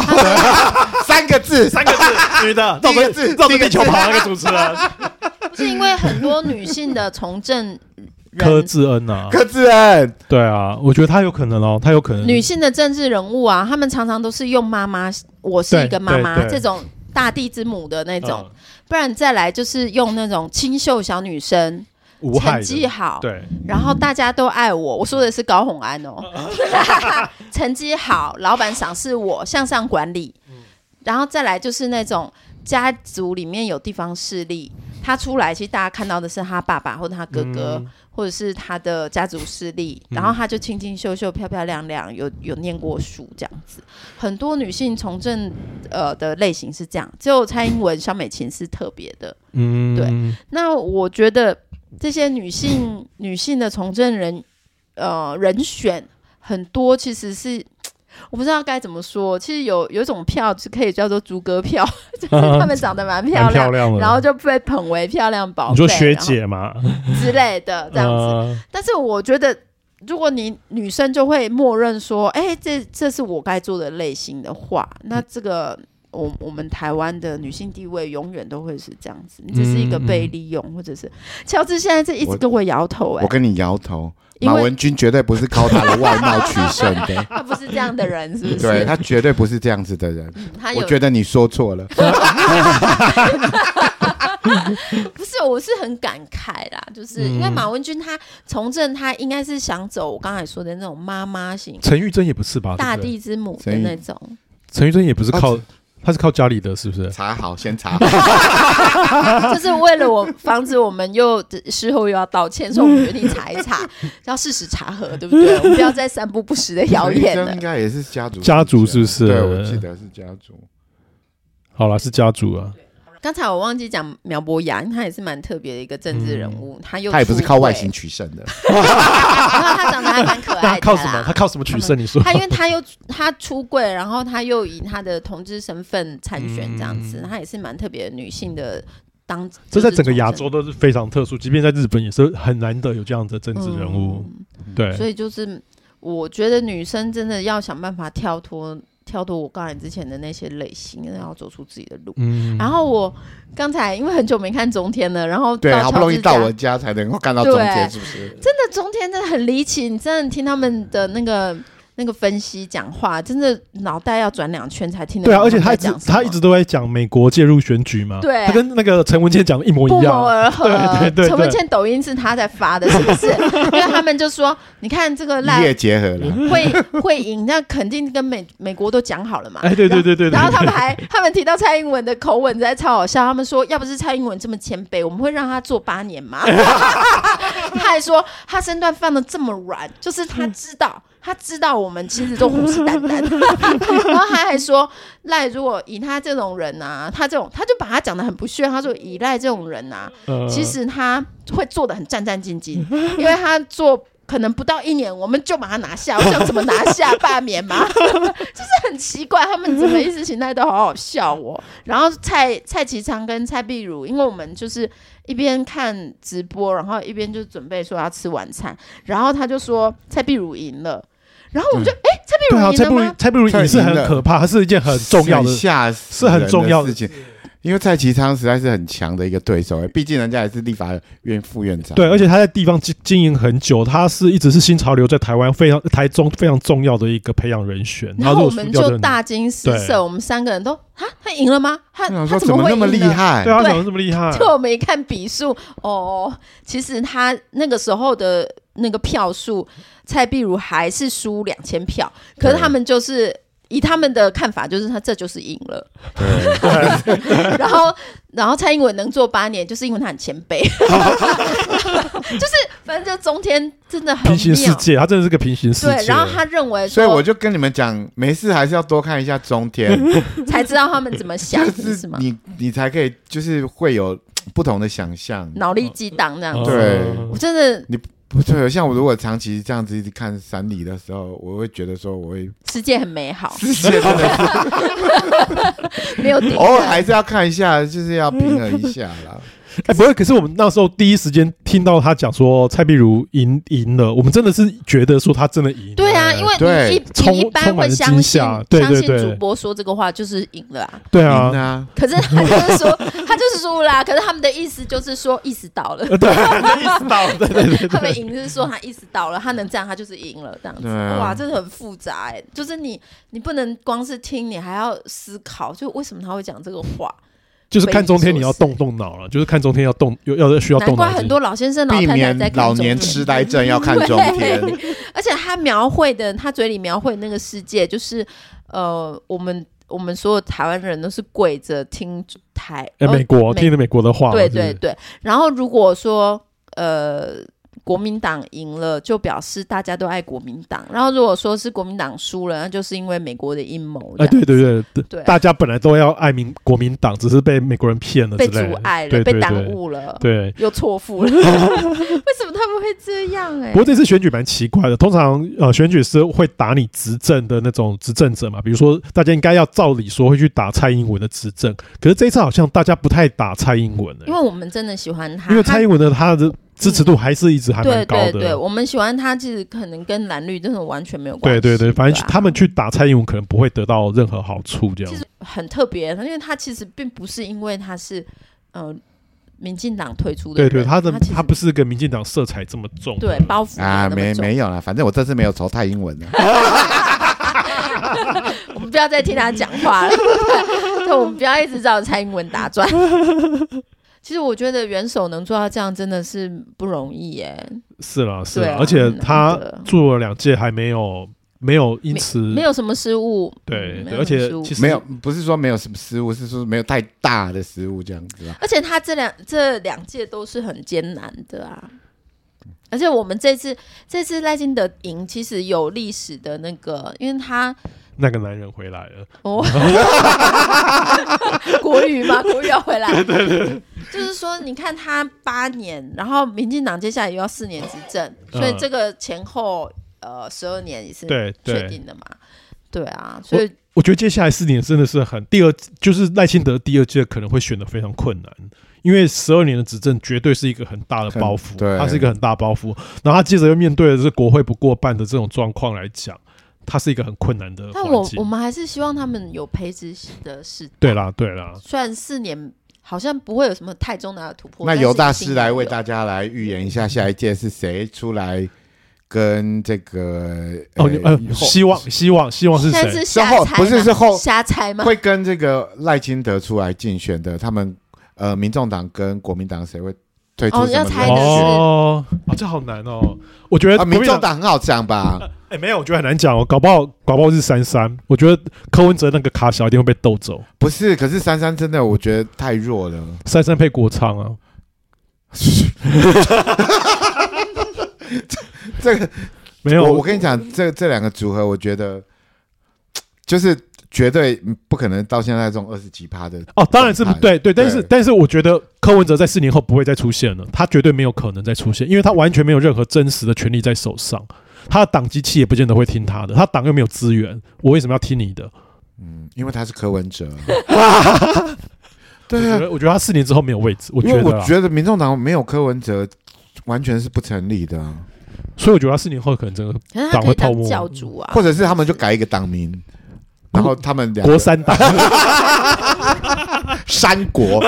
，3个字， 女的，绕着地球跑那个主持人。 不是因为很多女性的从政。 柯志恩啊，对啊，我觉得他有可能哦，他有可能。 女性的政治人物啊，他们常常都是用妈妈，我是一个妈妈这种大地之母的那种，不然再来就是用那种清秀小女生，成绩好，对，然后大家都爱我。我说的是高虹安哦，成绩好，老板赏识我，向上管理，然后再来就是那种家族里面有地方势力。他出来，其实大家看到的是他爸爸或者他哥哥，或者是他的家族势力，然后他就清清秀秀、漂漂亮亮，有念过书这样子。很多女性从政的类型是这样，只有蔡英文、萧美琴是特别的。对。那我觉得这些女性的从政人人选很多，其实是。我不知道该怎么说，其实有一种票是可以叫做猪哥票，就是他们长得蛮漂亮的，然后就被捧为漂亮宝贝， 你说学姐嘛之类的这样子。但是我觉得，如果你女生就会默认说，这是我该做的类型的话，那这个我们台湾的女性地位永远都会是这样子，你只是一个被利用，或者是乔治现在这一直跟我摇头， 我跟你摇头。马文君绝对不是靠他的外貌取胜的， 他不是这样的人，是不是？ 对，他绝对不是这样子的人。我觉得你说错了。 不是，我是很感慨啦，就是因为马文君他从政，他应该是想走我刚才说的那种妈妈型。 陈玉珍也不是吧？ 大地之母的那种。 陈玉珍也不是靠。他是靠家里的，是不是？ 查好，先查好。就是为了防止我们事后又要道歉，所以我们决定查一查，要事实查核，对不对？我们不要再散布不实的谣言了。 应该也是家族， 家族是不是？ 对，我记得是家族。 好啦，是家族啊。 刚才我忘记讲苗博雅，他也是蛮特别的一个政治人物，他也不是靠外形取胜的， 他长得还蛮可爱的啦。 他靠什么？他靠什么取胜？你说？ 因为他出柜，然后他又以他的同志身份参选这样子，他也是蛮特别的女性的。 这在整个亚洲都是非常特殊，即便在日本也是很难得有这样的政治人物。对， 所以就是我觉得女生真的要想办法跳脱我刚才之前的那些类型，真的要走出自己的路。然后我刚才因为很久没看中天了，然后对，好不容易到我家才能够看到中天，是不是？ 真的中天真的很离奇，你真的听他们的那个分析讲话，真的脑袋要转2圈才听得懂。 对啊，而且他一直都在讲美国介入选举嘛， 对， 他跟那个陈文茜讲的一模一样， 不谋而合。 对， 陈文茜抖音是他在发的，是不是？因为他们就说，你看这个赖结合了， 会赢，那肯定跟美国都讲好了嘛。 对。 然后他们提到蔡英文的口吻，在超好笑。他们说，要不是蔡英文这么谦卑，我们会让他做8年吗？他还说他身段放得这么软，就是他知道我们其实都虎视眈眈。然后他还说，赖如果以他这种人啊，他就把他讲得很不屑。他说以赖这种人啊，其实他会做得很战战兢兢，因为他做可能不到1年，我们就把他拿下。我想怎么拿下？罢免吗？就是很奇怪，他们整个意识形态都好好笑哦。然后蔡其昌跟蔡壁如，因为我们就是一边看直播，然后一边就准备说要吃晚餐，然后他就说蔡壁如赢了。然后我们就蔡壁如赢了吗？ 蔡壁如赢是很可怕，它是一件很重要的，是很重要的事情。因为蔡其昌实在是很强的一个对手，毕竟人家也是立法院副院长。 对，而且他在地方经营很久，他是一直是新潮流在台台中非常重要的一个培养人选。 然后我们就大惊失色，我们3个人都他赢了吗？他怎么会那么厉害？ 对啊，怎么这么厉害？ 就我们一看比数，其实他那个时候的那个票数，蔡壁如还是输2000票，可是他们就是。以他们的看法，就是他这就是赢了。然后蔡英文能做8年，就是因为他很谦卑。就是反正就中天真的很平行世界，他真的是个平行世界。 对，然后他认为， 所以我就跟你们讲，没事还是要多看一下中天， 才知道他们怎么想， 是吗？ 你才可以，就是会有不同的想象， 脑力激荡这样子。 对， 我真的不对，像我如果长期这样子一直看三立的时候，我会觉得说我会世界很美好， 世界真的是没有顶， 偶尔还是要看一下，就是要平衡一下啦。 不会，可是我们那时候第一时间听到他讲说蔡壁如赢了，我们真的是觉得说他真的赢了。 对啊，因为你一般会相信主播说这个话就是赢了啊。 对啊， 可是他就是说他就是输啦，可是他们的意思就是说意识到了， 对，意识到了，对， 他们赢是说他意识到了，他能这样，他就是赢了这样子。哇，真的很复杂就是你不能光是听，你还要思考，就为什么他会讲这个话。 就是看中天你要动脑了，就是看中天要需要动脑。 难怪很多老先生老太太在看老年痴呆症要看中天。 而且他嘴里描绘那个世界，就是我们所有台湾人都是跪着听美国听着美国的话。 对对对。然后如果说国民党赢了，就表示大家都爱国民党。然后如果说是国民党输了，那就是因为美国的阴谋。 对，大家本来都要爱国民党，只是被美国人骗了之类的， 被阻碍了，被耽误了， 对， 又错付了。为什么他们会这样？ 不过这次选举蛮奇怪的，通常选举是会打你执政的那种执政者嘛，比如说大家应该要照理说会去打蔡英文的执政，可是这一次好像大家不太打蔡英文因为我们真的喜欢他， 因为蔡英文的他的支持度还是一直还蛮高的。 对，我们喜欢他，其实可能跟蓝绿真的完全没有关系。 对，反正他们去打蔡英文可能不会得到任何好处，这样其实很特别，因为他其实并不是因为他是民进党推出的人， 对，他不是跟民进党色彩这么重， 对，包袱啊， 没有啦，反正我这次没有投蔡英文的。 我们不要再听他讲话了，对，我们不要一直找蔡英文打转。其实我觉得元首能做到这样真的是不容易耶。 是啦，而且他做了2届还没有因此没有什么失误。 对，而且其实不是说没有什么失误，是说没有太大的失误这样子啊。 而且他这两届都是很艰难的啊。而且我们这次赖清德赢，其实有历史的那个，因为他那个男人回来了。 哦，国语吗？国语要回来。对，就是说，你看他8年，然后民进党接下来又要4年执政，所以这个前后12年也是确定的嘛。对啊，所以我觉得接下来4年真的是就是赖清德第2届可能会选得非常困难，因为12年的执政绝对是一个很大的包袱，它是一个很大的包袱。然后他接着又面对的是国会不过半的这种状况来讲，它是一个很困难的环境。 但我们还是希望他们有培植的事。 对啦。 虽然4年好像不会有什么太重大的突破， 那由大师来为大家来预言一下下一届是谁出来跟这个希望是谁？ 是瞎猜， 不是后瞎猜吗？ 会跟这个赖清德出来竞选的，他们民众党跟国民党谁会推出什么人选？ 这好难哦。我觉得民众党很好讲吧？ 没有，我觉得很难讲哦。搞不好是33。我觉得柯文哲那个卡小一定会被斗走。 不是，可是33真的我觉得太弱了。 33配国昌啊。 这个没有， 我跟你讲，这2个组合，我觉得就是绝对不可能到现在这种20几%的。 当然是对，但是我觉得柯文哲在4年后不会再出现了，他绝对没有可能再出现，因为他完全没有任何真实的权利在手上，他的党机器也不见得会听他的，他党又没有资源，我为什么要听你的？ 因为他是柯文哲。对啊， 我觉得他4年之后没有位置，我觉得民众党没有柯文哲完全是不成立的。 所以我觉得他4年后可能整个党会泡沫， 教主啊， 或者是他们就改一个党名，然后他们国3党山国。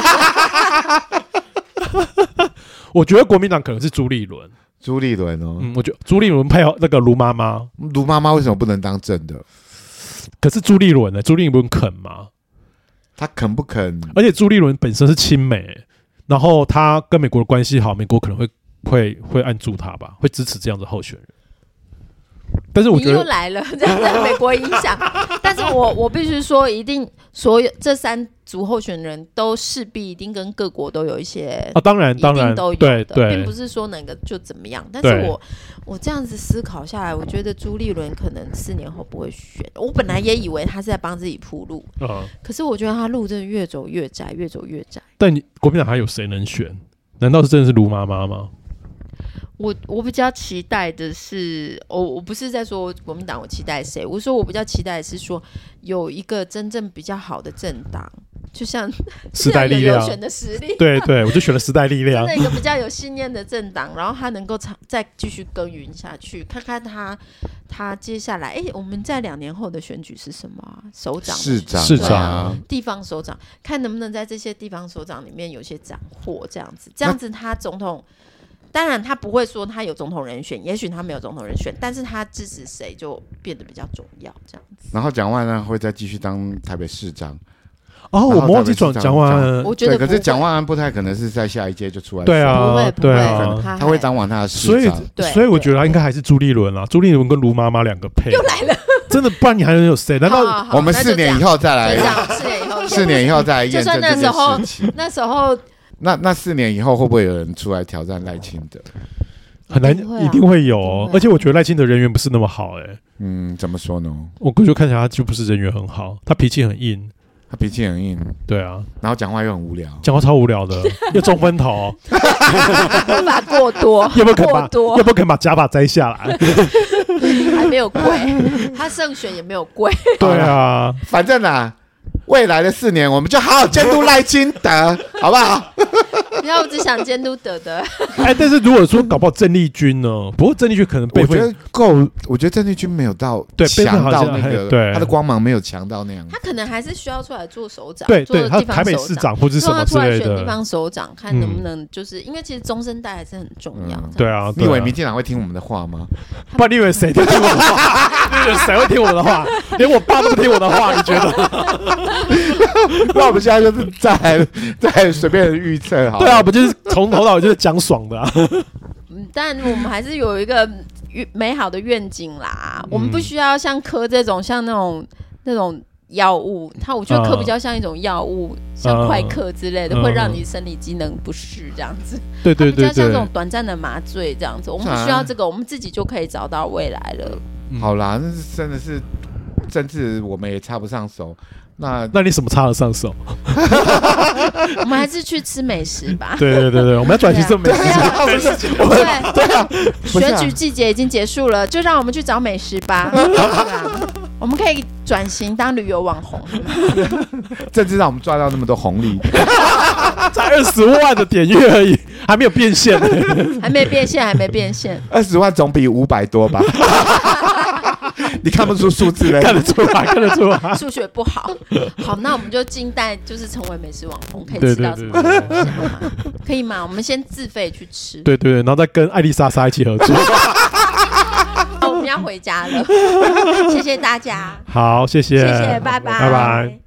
我觉得国民党可能是朱立伦哦，我觉得朱立伦配合那个卢妈妈为什么不能当正的？ 可是朱立伦肯吗？ 他肯不肯？ 而且朱立伦本身是亲美，然后他跟美国的关系好，美国可能会按住他吧，会支持这样的候选人。但是我觉得你又来了，这样在美国影响。但是我必须说，一定所有这3组候选人都势必一定跟各国都有一些当然都有的，对， 并不是说哪个就怎么样。但是我这样子思考下来，我觉得朱立伦可能4年后不会选。我本来也以为他是在帮自己铺路，可是我觉得他路真的越走越窄。 但国民党还有谁能选？难道是真的是卢妈妈吗？ 我比较期待的是，我不是在说国民党我期待谁，我说我比较期待的是说有一个真正比较好的政党，就像时代力量有选的实力， 对，我就选了时代力量， 真的一个比较有信念的政党，然后他能够再继续耕耘下去，看看他接下来，我们在2年后的选举是什么啊？首长、 市长、 地方首长，看能不能在这些地方首长里面有些斩获，这样子他总统。当然，他不会说他有总统人选，也许他没有总统人选，但是他支持谁就变得比较重要，这样子。 然后蒋万安会再继续当台北市长。 我们忘记蒋万安， 我觉得可是蒋万安不太可能是在下一届就出来。 对啊， 不会， 他会当完他的市长。 所以我觉得他应该还是朱立伦啊，朱立伦跟卢妈妈2个配。 又来了， 真的，不然你还能有谁？难道我们4年以后再来？4年以后再来验证这件事情。 那时候。 那4年以后会不会有人出来挑战赖清德？ 很难，一定会有。而且我觉得赖清德人缘不是那么好， 怎么说呢？ 我就看起来他就不是人缘很好，他脾气很硬。对啊， 然后讲话又很无聊， 讲话超无聊的，又中分头， 头发过多， 要不要肯把假发摘下来？ 还没有跪，他胜选也没有跪。 对啊， 反正未来的4年，我们就好好监督赖清德，好不好？ 你看，我只想监督德德。 但是如果说搞不好郑丽君呢？不过郑丽君可能我觉得够，我觉得郑丽君没有到强到那个，他的光芒没有强到那样。 他可能还是需要出来做首长， 对，他台北市长或者什么之类的， 选地方首长，看能不能就是因为其实中生代还是很重要。 对啊， 你以为民进党会听我们的话吗？ 不然你以为谁听我的话？你以为谁会听我的话？连我爸都不听我的话，你觉得？ 那我们现在就是在随便预测好。 对啊，我们就是从头到尾就是讲爽的啊。 但我们还是有一个美好的愿景啦。我们不需要像柯这种像那种药物，我觉得柯比较像一种药物，像快克之类的，会让你生理机能不适这样子。 对，比较像这种短暂的麻醉这样子。我们不需要这个，我们自己就可以找到未来了。 好啦，那是真的是。 政治我们也插不上手。那你什么插得上手？ 我们还是去吃美食吧。 对，我们要转型做美食。 对，选举季节已经结束了，就让我们去找美食吧。我们可以转型当旅游网红。 政治让我们赚到那么多红利， 才20万的点阅而已，还没有变现。 还没变现。 20万总比500多吧？你看不出数字嘞？ 看得出来。 数学不好。好，那我们就静待就是成为美食网红，可以吃到什么东西吗？可以吗？我们先自费去吃。 对，然后再跟艾丽莎莎一起合作。 我们要回家了，谢谢大家。 好，谢谢， 拜拜。 拜拜。